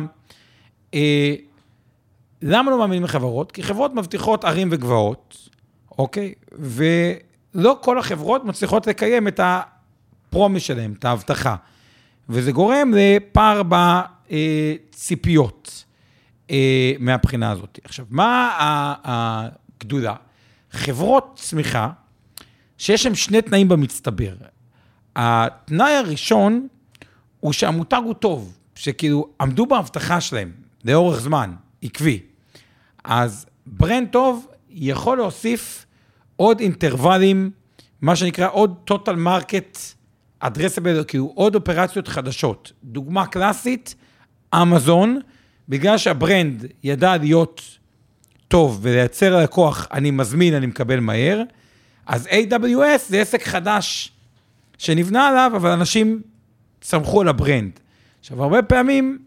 למה לא מאמינים לחברות? כי חברות מבטיחות ערים וגבעות, אוקיי? ולא כל החברות מצליחות לקיים את הפרומיס שלהם, את ההבטחה. וזה גורם לפער בציפיות מהבחינה הזאת. עכשיו, מה הגדולה? חברות צמיחה, שיש שם שני תנאים במצטבר. התנאי הראשון הוא שהמותג הוא טוב, שכאילו עמדו בהבטחה שלהם לאורך זמן, עקבי. אז ברנד טוב יכול להוסיף עוד אינטרוולים, מה שנקרא עוד total market addressable, כאילו עוד אופרציות חדשות. דוגמה קלאסית, אמזון, בגלל שהברנד ידע להיות טוב ולייצר ללקוח, אני מזמין, אני מקבל מהר, אז AWS זה עסק חדש שנבנה עליו, אבל אנשים סמכו על הברנד. עכשיו, הרבה פעמים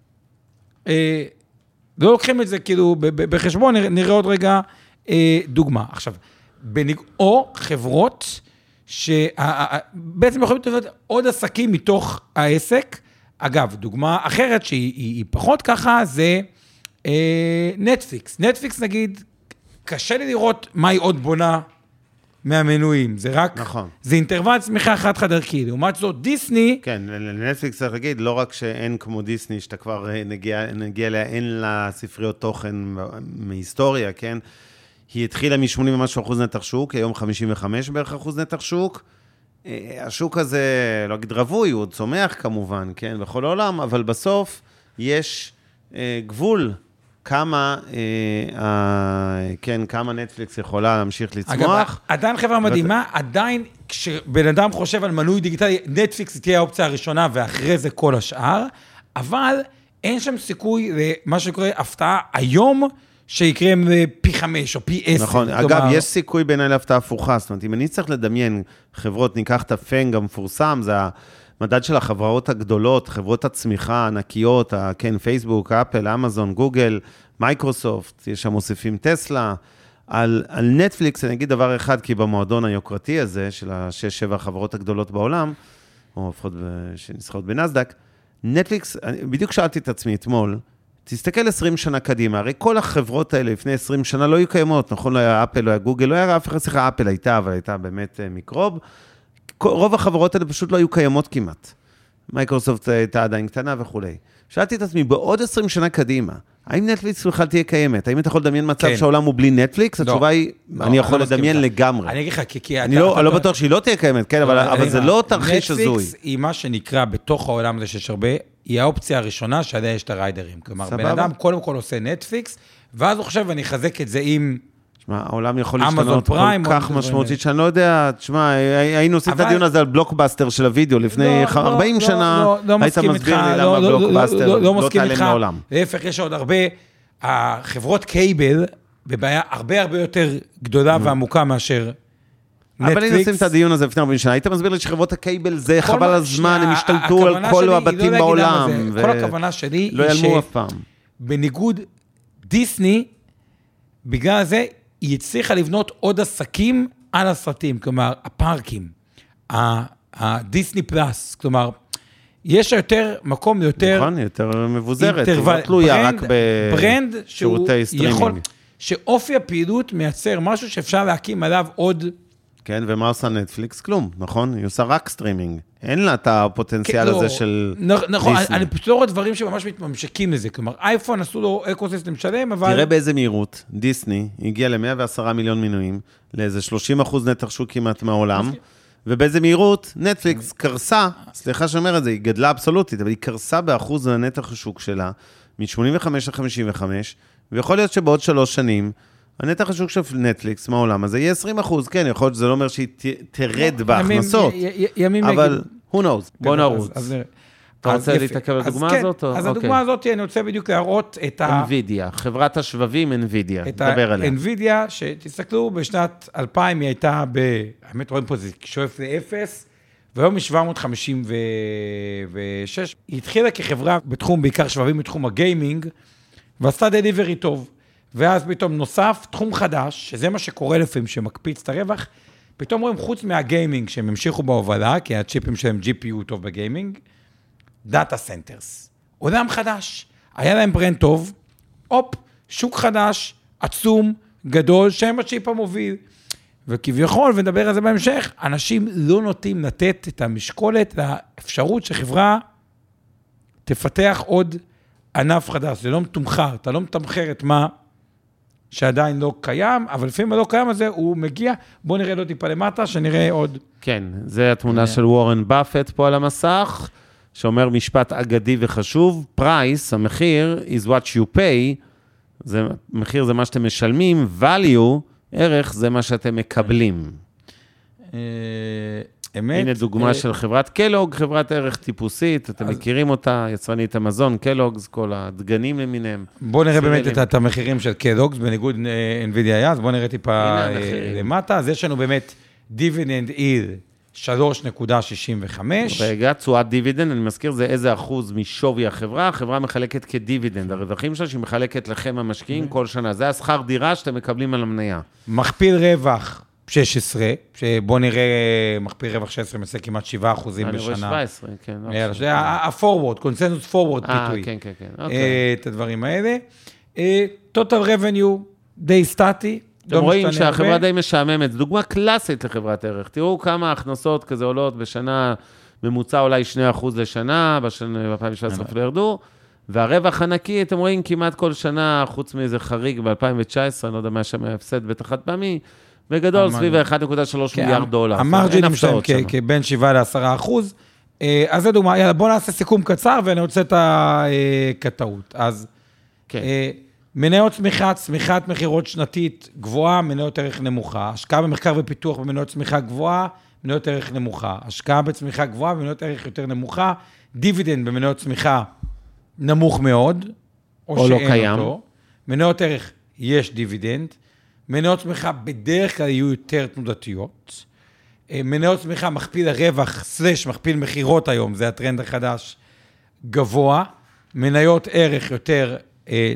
לא לוקחים את זה כאילו בחשבון, נראה עוד רגע דוגמה. עכשיו, או חברות שבעצם יכולים להיות עוד עסקים מתוך העסק. אגב, דוגמה אחרת שהיא פחות ככה, זה נטפליקס. נטפליקס נגיד, קשה לי לראות מה היא עוד בונה מהמנויים. זה רק, נכון. זה אינטרוול צמיחה חד ערכי. לעומת זאת, דיסני... כן, לנטפליקס צריך להגיד, לא רק שאין כמו דיסני, שאתה כבר נגיע אליה, אין לה ספריות תוכן מהיסטוריה, כן? היא התחילה מ-80 ומשהו אחוז נתח שוק, היום 55 בערך אחוז נתח שוק. השוק הזה, לא אגיד רווי, הוא צומח כמובן, כן, בכל העולם, אבל בסוף יש גבול כמה, כן, כמה נטפליקס יכולה להמשיך לצמוח. אגב, עדיין חברה מדהימה, עדיין כשבן אדם חושב על מנוי דיגיטלי, נטפליקס תהיה האופציה הראשונה, ואחרי זה כל השאר, אבל אין שם סיכוי למה שקורה הפתעה היום, שיקרה פי 5 או פי 10. נכון, אגב, יש סיכוי בעיניי להפתעה הפוכה, זאת אומרת, אם אני צריך לדמיין חברות, ניקח את הפנג המפורסם, זה המדד של החברות הגדולות, חברות הצמיחה הענקיות, כן, פייסבוק, אפל, אמזון, גוגל, מייקרוסופט, יש שם מוסיפים טסלה, על נטפליקס, אני אגיד דבר אחד, כי במועדון היוקרתי הזה, של ה6-7 החברות הגדולות בעולם, או לפחות שנסחרות בנסדק, נטפליקס, בדיוק שאלתי את עצמי אתמול, תסתכל 20 שנה קדימה, הרי כל החברות האלה לפני 20 שנה לא היו קיימות, נכון? לא היה אפל, לא היה גוגל, לא היה אף אחד, סליחה, אפל הייתה, אבל הייתה באמת מיקרוב. רוב החברות האלה פשוט לא היו קיימות כמעט. מייקרוסופט הייתה עדיין קטנה וכו'. שאלתי את עצמי, בעוד 20 שנה קדימה, האם נטפליקס בכלל תהיה קיימת? האם אתה יכול לדמיין מצב שהעולם הוא בלי נטפליקס? התשובה היא, אני יכול לדמיין לגמרי. אני אגיד לך, כי אני לא בטוח שהיא לא תהיה קיימת, כן, אבל זה לא תרחיש הזוי. נטפליקס היא מה שנקרא בתוך העולם הזה שיש הרבה, היא האופציה הראשונה שעדיין יש את הריידרים. כלומר, בן אדם קודם כל עושה נטפליקס, ואז הוא חושב, אני אחזק את זה עם... תשמע, העולם יכול להשתנות כל כך משמעותית, שאני לא יודע, תשמע, היינו עושים את הדיון הזה על בלוקבאסטר של הוידאו, לפני 40 שנה, היית מסביר לי למה בלוקבאסטר לא תעלם לעולם. להפך, יש עוד הרבה, החברות קייבל, בבעיה הרבה הרבה יותר גדולה ועמוקה מאשר אבל אני עושים את הדיון הזה לפני 40 שנה, היית מסביר לי שחברות הקייבל זה חבל הזמן, הם השתלטו על כל הבתים בעולם, כל הכוונה שלי היא לא ילמו אף פעם. בניגוד דיסני, בגלל זה, היא הצליחה לבנות עוד עסקים על הסרטים, כלומר, הפארקים, הדיסני פלאס, כלומר, יש יותר מקום יותר... נכון, יותר מבוזרת, היא לא תלויה רק בשירותי סטרימינג. שאופי הפעילות מייצר משהו שאפשר להקים עליו עוד... כן, ומה עושה נטפליקס? כלום, נכון? היא עושה רק סטרימינג. אין לה את הפוטנציאל הזה של דיסני. נכון, אני פשוט לא רואה דברים שממש מתממשקים לזה. כלומר, אייפון עשו לו אקוסיסטם שלם, אבל... תראה באיזה מהירות. דיסני הגיע ל-110 מיליון מנויים, לאיזה 30% נתח שוק כמעט מהעולם, ובאיזה מהירות נטפליקס קרסה, סליחה שאומר את זה, היא גדלה אבסולוטית, אבל היא קרסה באחוז הנתח השוק שלה, מ-85 ל-55, ויכול להיות שבעוד 3 שנים, הנתח השוק של נטפליקס מהעולם הזה יהיה 20%, כן, יכול להיות שזה לא אומר שהיא תרד בהכנסות, אבל who knows, בוא נרוץ. אתה רוצה להתעכב על הדוגמה הזאת? אז הדוגמה הזאת, אני רוצה בדיוק להראות את NVIDIA, חברת השבבים NVIDIA, דבר עליה. NVIDIA, שתסתכלו, בשנת 2000 היא הייתה, האמת רואים פה, זה שואף ל-0, והיום היא 756. היא התחילה כחברה בתחום, בעיקר שבבים בתחום הגיימינג, ועשתה דליברי טוב. ואז פתאום נוסף תחום חדש, שזה מה שקורה לפעמים, שמקפיץ את הרווח, פתאום רואים חוץ מהגיימינג, שהם המשיכו בהובלה, כי הצ'יפים שלהם GPU טוב בגיימינג, דאטה סנטרס. עולם חדש. היה להם ברנד טוב, שוק חדש, עצום, גדול, שהם הצ'יפ המוביל. וכביכול, ונדבר על זה בהמשך, אנשים לא נוטים לתת את המשקולת לאפשרות שחברה תפתח עוד ענף חדש. זה לא מתומחר, אתה לא מתמחר את מה שעדיין לא קיים, אבל לפעמים הלא קיים הזה, הוא מגיע, בוא נראה לו טיפה למטה, שנראה עוד. כן, זה התמונה של וורן באפט פה על המסך, שאומר משפט אגדי וחשוב, price, המחיר, is what you pay, מחיר זה מה שאתם משלמים, value, ערך זה מה שאתם מקבלים. הנה דוגמה של חברת קלוג, חברת ערך טיפוסית, אתם מכירים אותה, יצרנית המזון, קלוגס, כל הדגנים למיניהם. בוא נראה באמת את המחירים של קלוגס, בניגוד NVIDIA היה, אז בוא נראה טיפה למטה, אז יש לנו באמת דיבידנד איל 3.65. רגע, תשואת דיבידנד, אני מזכיר, זה איזה אחוז משווי החברה, החברה מחלקת כדיבידנד, הרווחים שלה שהיא מחלקת לכם המשקיעים כל שנה, זה השכר דירה שאתם מקבלים על המניה. מכפיל רווח 16, שבוא נראה, מכפיל רווח 16, מסע כמעט 7% בשנה. אני רואה 17, כן. זה ה-forward, קונסנזוס forward פיתוי. כן, כן, כן. את הדברים האלה. total revenue די סטטי. אתם רואים שהחברה די משעממת, זו דוגמה קלאסית לחברת ערך. תראו כמה הכנסות כזה עולות בשנה, ממוצע אולי 2% לשנה, ב-2017 אפילו ירדו, והרווח הנקי, אתם רואים כמעט כל שנה, חוץ מאיזה חריג ב-2019, אני לא יודע מה שם ההפסד בטח חד פעמי, בגדול סביב 1.3 מיליארד דולר. המרג'ינים שלהם כבין 7-10%. אז זה דוגמה, יאללה, בוא נעשה סיכום קצר, ואני רוצה את הכתאות. אז מניות צמיחה, צמיחת מחירות שנתית גבוהה, מניות ערך נמוכה. השקעה במחקר ופיתוח במניות צמיחה גבוהה, מניות ערך נמוכה. השקעה בצמיחה גבוהה, במניות ערך יותר נמוכה. דיבידנד במניות צמיחה נמוך מאוד, או לא קיים. מניות ערך יש דיבידנד. מניות צמיחה בדרך כלל יהיו יותר תנודתיות. מניות צמיחה מכפיל הרווח, מכפיל מחירות היום, זה הטרנד החדש, גבוה. מניות ערך יותר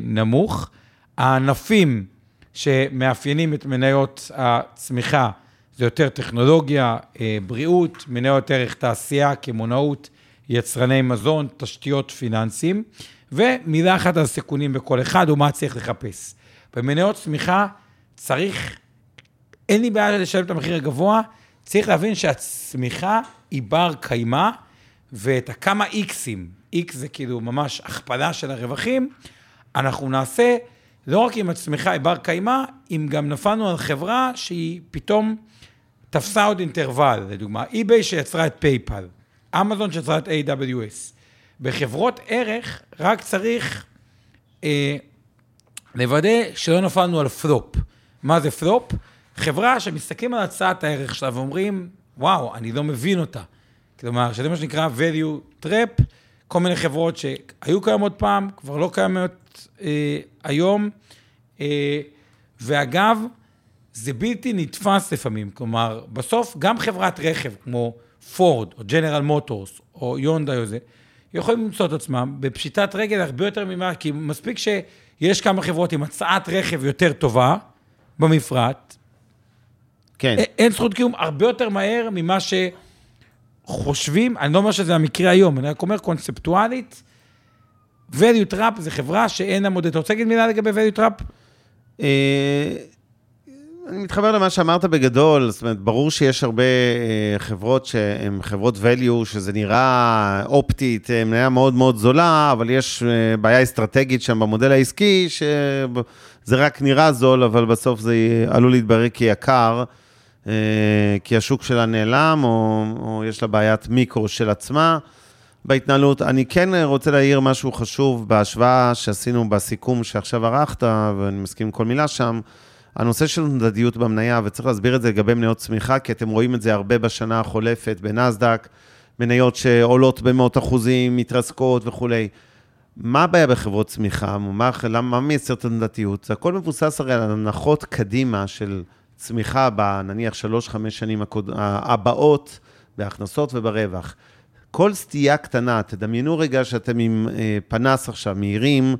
נמוך. הענפים שמאפיינים את מניות הצמיחה, זה יותר טכנולוגיה, בריאות, מניות ערך תעשייה, כמונאות, יצרני מזון, תשתיות פיננסיים, ומילה אחת על סיכונים בכל אחד, ומה צריך לחפש. במניות צמיחה אין לי בעיה לשלם את המחיר הגבוה, צריך להבין שהצמיחה היא בר קיימה, ואת הכמה איקסים, איקס זה כאילו ממש הכפלה של הרווחים, אנחנו נעשה לא רק עם הצמיחה היא בר קיימה, אם גם נפלנו על חברה שהיא פתאום תפסה עוד אינטרוול, לדוגמה, eBay שיצרה את פייפל, אמזון שיצרה את AWS. בחברות ערך רק צריך לוודא שלא נפלנו על פלופ. מה זה פלופ? חברה שמסתכלים על הצעת הערך שלה ואומרים, וואו, אני לא מבין אותה. כלומר, שזה מה שנקרא value trap, כל מיני חברות שהיו קיימות פעם, כבר לא קיימות היום, ואגב, זה בלתי נתפס לפעמים, כלומר, בסוף גם חברת רכב, כמו פורד, או ג'נרל מוטורס, או יונדאי או זה, יכולים למצוא את עצמם בפשיטת רגל הרבה יותר ממה, כי מספיק שיש כמה חברות עם הצעת רכב יותר טובה, במפרט, כן. אין זכות קיום הרבה יותר מהר ממה שחושבים, אני לא אומר שזה המקרה היום, אני רק אומר קונספטואלית, value trap זה חברה שאין המודד. אתה רוצה להגיד מילה לגבי value trap? אני מתחבר למה שאמרת בגדול, זאת אומרת, ברור שיש הרבה חברות שהן חברות value, שזה נראה אופטית, מניה מאוד מאוד זולה, אבל יש בעיה אסטרטגית שם במודל העסקי, שזה רק נראה זול, אבל בסוף זה עלול להתברר כיקר, כי השוק שלה נעלם, או יש לה בעיית מיקרו של עצמה בהתנהלות. אני כן רוצה להעיר משהו חשוב בהשוואה שעשינו בסיכום שעכשיו ערכת, ואני מסכים עם כל מילה שם, הנושא של תנודתיות במניה, וצריך להסביר את זה לגבי מניות צמיחה, כי אתם רואים את זה הרבה בשנה החולפת, בנסדק, מניות שעולות במאות אחוזים, מתרסקות וכו'. מה הבעיה בחברות צמיחה? מה מייצר תנודתיות? זה הכל מבוסס הרי על הנחות קדימה של צמיחה נניח 3-5 שנים הבאות, בהכנסות וברווח. כל סטייה קטנה, תדמיינו רגע שאתם עם פנס עכשיו, מהירים,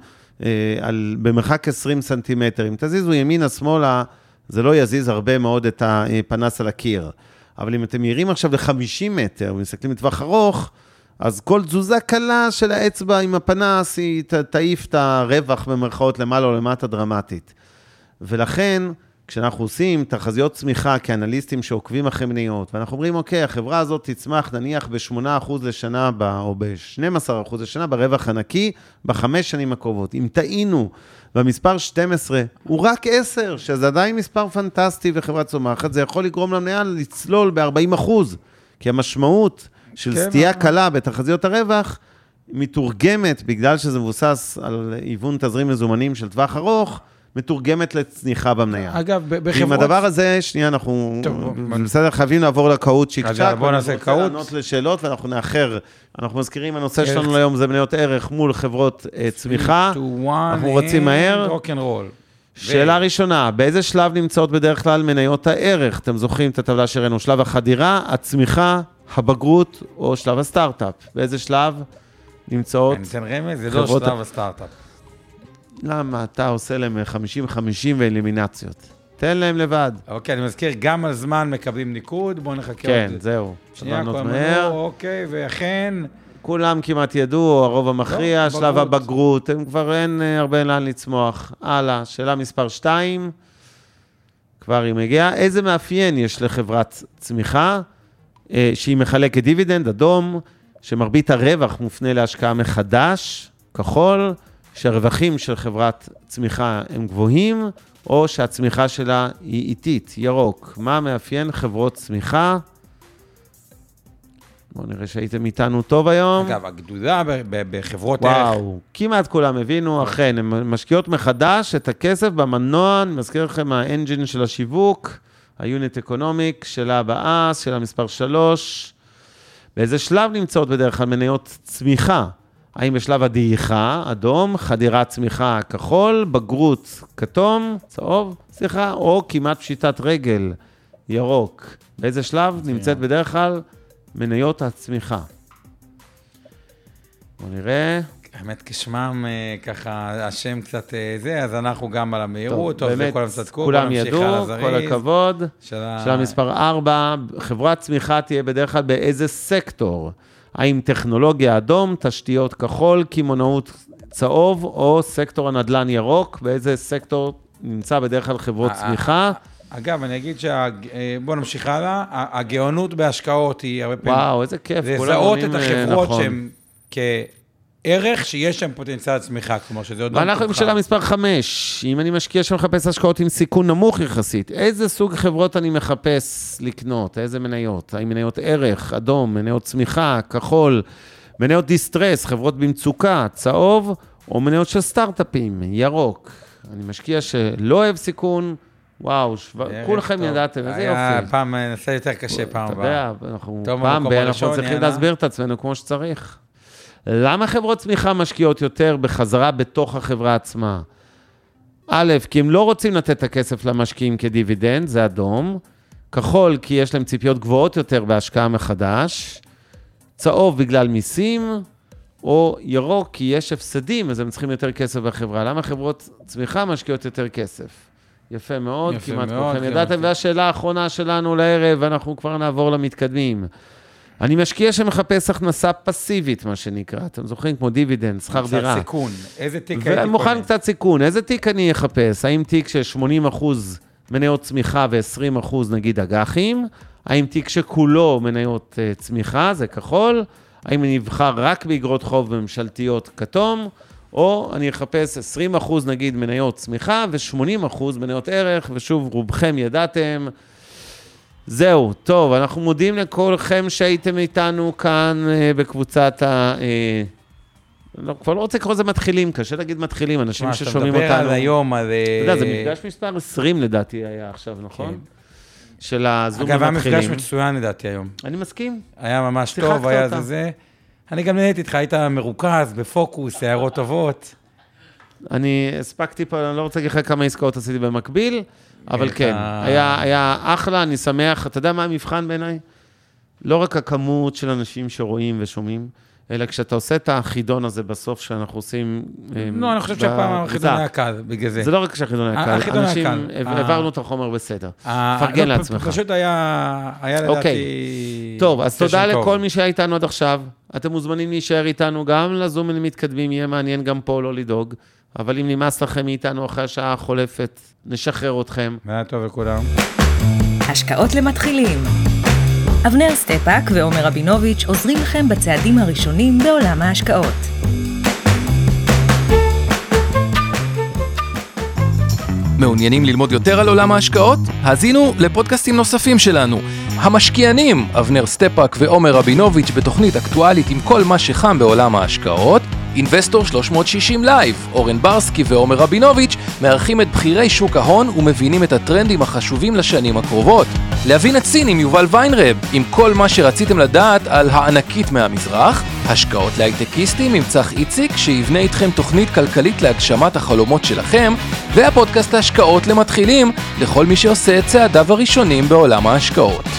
במרחק 20 סנטימטר, אם תזיזו ימינה שמאלה, זה לא יזיז הרבה מאוד את הפנס על הקיר. אבל אם אתם מהירים עכשיו ל-50 מטר, ומסתכלים לטווח ארוך, אז כל תזוזה קלה של האצבע עם הפנס, היא תעיף את הרווח במרכאות למעלה או למטה דרמטית. ולכן, כשאנחנו עושים תחזיות צמיחה כאנליסטים שעוקבים אחרי מניות, ואנחנו אומרים, אוקיי, החברה הזאת תצמח נניח ב8% לשנה, או ב12% לשנה, ברווח הנקי, ב5 שנים הקרובות. אם טעינו במספר 12, הוא רק 10, שזה עדיין מספר פנטסטי וחברה צומחת, זה יכול לגרום למניה לצלול ב40%, כי המשמעות של סטייה קלה בתחזיות הרווח, מתורגמת, בגלל שזה מבוסס על היוון תזרים מזומנים של טווח ארוך, מתורגמת לצניחה במניה. אגב, בחברות... עם הדבר הזה, שנייה, אנחנו בסדר, חייבים לעבור לקאות צ'יק-צ'ק. בואו נעשה קאות. אני רוצה לענות לשאלות, ואנחנו נאחר. אנחנו מזכירים, הנושא שלנו היום זה מניות ערך מול חברות צמיחה. אנחנו רוצים מהר. שאלה ראשונה, באיזה שלב נמצאות בדרך כלל מניות הערך? אתם זוכרים את הטבלה שראינו, שלב החדירה, הצמיחה, הבגרות, או שלב הסטארט-אפ? באיזה שלב נמצאות? אני אתן רמז, זה לא שלב הסטארט-אפ. למה אתה עושה להם 50-50 ואלימינציות? תן להם לבד. אוקיי, אני מזכיר, גם על זמן מקבלים ניקוד, בואו נחכה כן, עוד... זהו. שנייה, כל מנור, אוקיי, ואכן... כולם כמעט ידעו, הרוב המכריע, לא, שלב בגרות. הבגרות, הם כבר אין הרבה לאן לצמוח. הלאה, שאלה מספר 2, כבר היא מגיעה. איזה מאפיין יש לחברת צמיחה, שהיא מחלקת דיבידנד, אדום, שמרבית הרווח מופנה להשקעה מחדש, כחול, שהרווחים של חברת צמיחה הם גבוהים, או שהצמיחה שלה היא איטית, ירוק. מה מאפיין חברות צמיחה? בואו נראה שהייתם איתנו טוב היום. אגב, הגדולה בחברות ערך. וואו, כמעט כולם הבינו, אכן, הן משקיעות מחדש את הכסף במנוע, אני מזכיר לכם, האנג'ין של השיווק, היוניט אקונומיק, שאלה הבאה, שאלה מספר 3. באיזה שלב נמצאות בדרך כלל מניות צמיחה? האם בשלב הדעיכה, אדום, חדירת צמיחה, כחול, בגרות, כתום, צהוב, סליחה, או כמעט פשיטת רגל, ירוק. באיזה שלב נמצאת בדרך כלל מניות הצמיחה? בואו נראה. האמת, כשמם ככה, השם קצת זה, אז אנחנו גם על המהירות, טוב, זה כולם צדקו, כולם ידעו, כל הכבוד. שאלה מספר 4, חברת צמיחה תהיה בדרך כלל באיזה סקטור? האם טכנולוגיה אדום, תשתיות כחול, כימונאות צהוב, או סקטור הנדל"ן ירוק? באיזה סקטור נמצא בדרך כלל חברות צמיחה? אגב, אני אגיד בוא נמשיך הלאה, הגאונות בהשקעות היא הרבה פעמים... וואו, איזה כיף. זה לזהות את החברות שהן כערך שיש שם פוטנציאל צמיחה, כמו שזה עוד... ואנחנו עם שאלה מספר 5, אם אני משקיע שמחפש השקעות עם סיכון נמוך יחסית, איזה סוג חברות אני מחפש לקנות? איזה מניות? האם מניות ערך, אדום, מניות צמיחה, כחול, מניות דיסטרס, חברות במצוקה, צהוב, או מניות של סטארט-אפים, ירוק? אני משקיע שלא אוהב סיכון, וואו, כולכם ידעתם, איזה יופי. היה פעם, נעשה יותר קשה פעם הבאה. אתה יודע, פעם אנחנו צריכים להסביר את עצמנו כמו שצריך. למה חברות צמיחה משקיעות יותר בחזרה בתוך החברה עצמה? א', כי הם לא רוצים לתת את הכסף למשקיעים כדיבידנד, זה אדום. כחול, כי יש להם ציפיות גבוהות יותר בהשקעה מחדש. צהוב בגלל מיסים, או ירוק, כי יש הפסדים, אז הם צריכים יותר כסף בחברה. למה חברות צמיחה משקיעות יותר כסף? יפה מאוד, כמעט כולכם ידעתם. והשאלה האחרונה שלנו לערב, ואנחנו כבר נעבור למתקדמים. אני משקיע שמחפש הכנסה פסיבית, מה שנקרא. אתם זוכרים כמו דיבידנד, שכר דירה. קצת סיכון. איזה תיק הייתי קונה? ומוכן קצת סיכון. איזה תיק אני אחפש? האם תיק ש80% מניות צמיחה ו20% נגיד אג"חים? האם תיק שכולו מניות צמיחה, זה כחול? האם אני אבחר רק באגרות חוב ממשלתיות כתום? או אני אחפש 20% נגיד מניות צמיחה ו80% מניות ערך, ושוב רובכם ידעתם. זהו, טוב, אנחנו מודים לכולכם שהייתם איתנו כאן בקבוצת כבר לא רוצה לקרוא לזה מתחילים, קשה להגיד מתחילים, אנשים ששומעים אותנו. אתה מדבר על היום, על... אתה יודע, זה מפגש מספר 20 לדעתי היה עכשיו, נכון? של הזום המתחילים. המתחילים. אגב, היה מפגש מצוין לדעתי היום. אני מסכים. היה ממש טוב, היה זה. אני גם נהניתי איתך, היית מרוכז, בפוקוס, הערות טובות. אני הספקתי פה, אני לא רוצה להגיד לך כמה עסקאות עשיתי במקביל, אבל כן, היה אחלה, אני שמח. אתה יודע מה המבחן בעיניי? לא רק הכמות של אנשים שרואים ושומעים, אלא כשאתה עושה את החידון הזה בסוף שאנחנו עושים... לא, אני חושב שהפעם החידון היה קל, בגלל זה. זה לא רק שהחידון היה קל, אנשים, העברנו את החומר בסדר. פרגן לעצמך. פשוט היה לדעתי... טוב, אז תודה לכל מי שהיה איתנו עד עכשיו. אתם מוזמנים להישאר איתנו גם לזום למתקדמים, יהיה מעניין גם פה לא לדאוג. אבל אם נמאס לכם מאיתנו אחרי השעה החולפת, נשחרר אתכם. היה טוב לכולם. השקעות למתחילים. אבנר סטפאק ועומר רבינוביץ' עוזרים לכם בצעדים הראשונים בעולם ההשקעות. מעוניינים ללמוד יותר על עולם ההשקעות? האזינו לפודקאסטים נוספים שלנו. המשקיענים, אבנר סטפאק ועומר רבינוביץ' בתוכנית אקטואלית עם כל מה שחם בעולם ההשקעות. אינבסטור 360 לייב, אורן ברסקי ועומר רבינוביץ' מארחים את בחירי שוק ההון ומבינים את הטרנדים החשובים לשנים הקרובות. להבין את סין עם יובל ויינרב, עם כל מה שרציתם לדעת על הענקית מהמזרח. השקעות להייטקיסטים עם צח איציק, שיבנה איתכם תוכנית כלכלית להגשמת החלומות שלכם. והפודקאסט ההשקעות למתחילים, לכל מי שעושה את צעדיו הראשונים בעולם ההשקעות.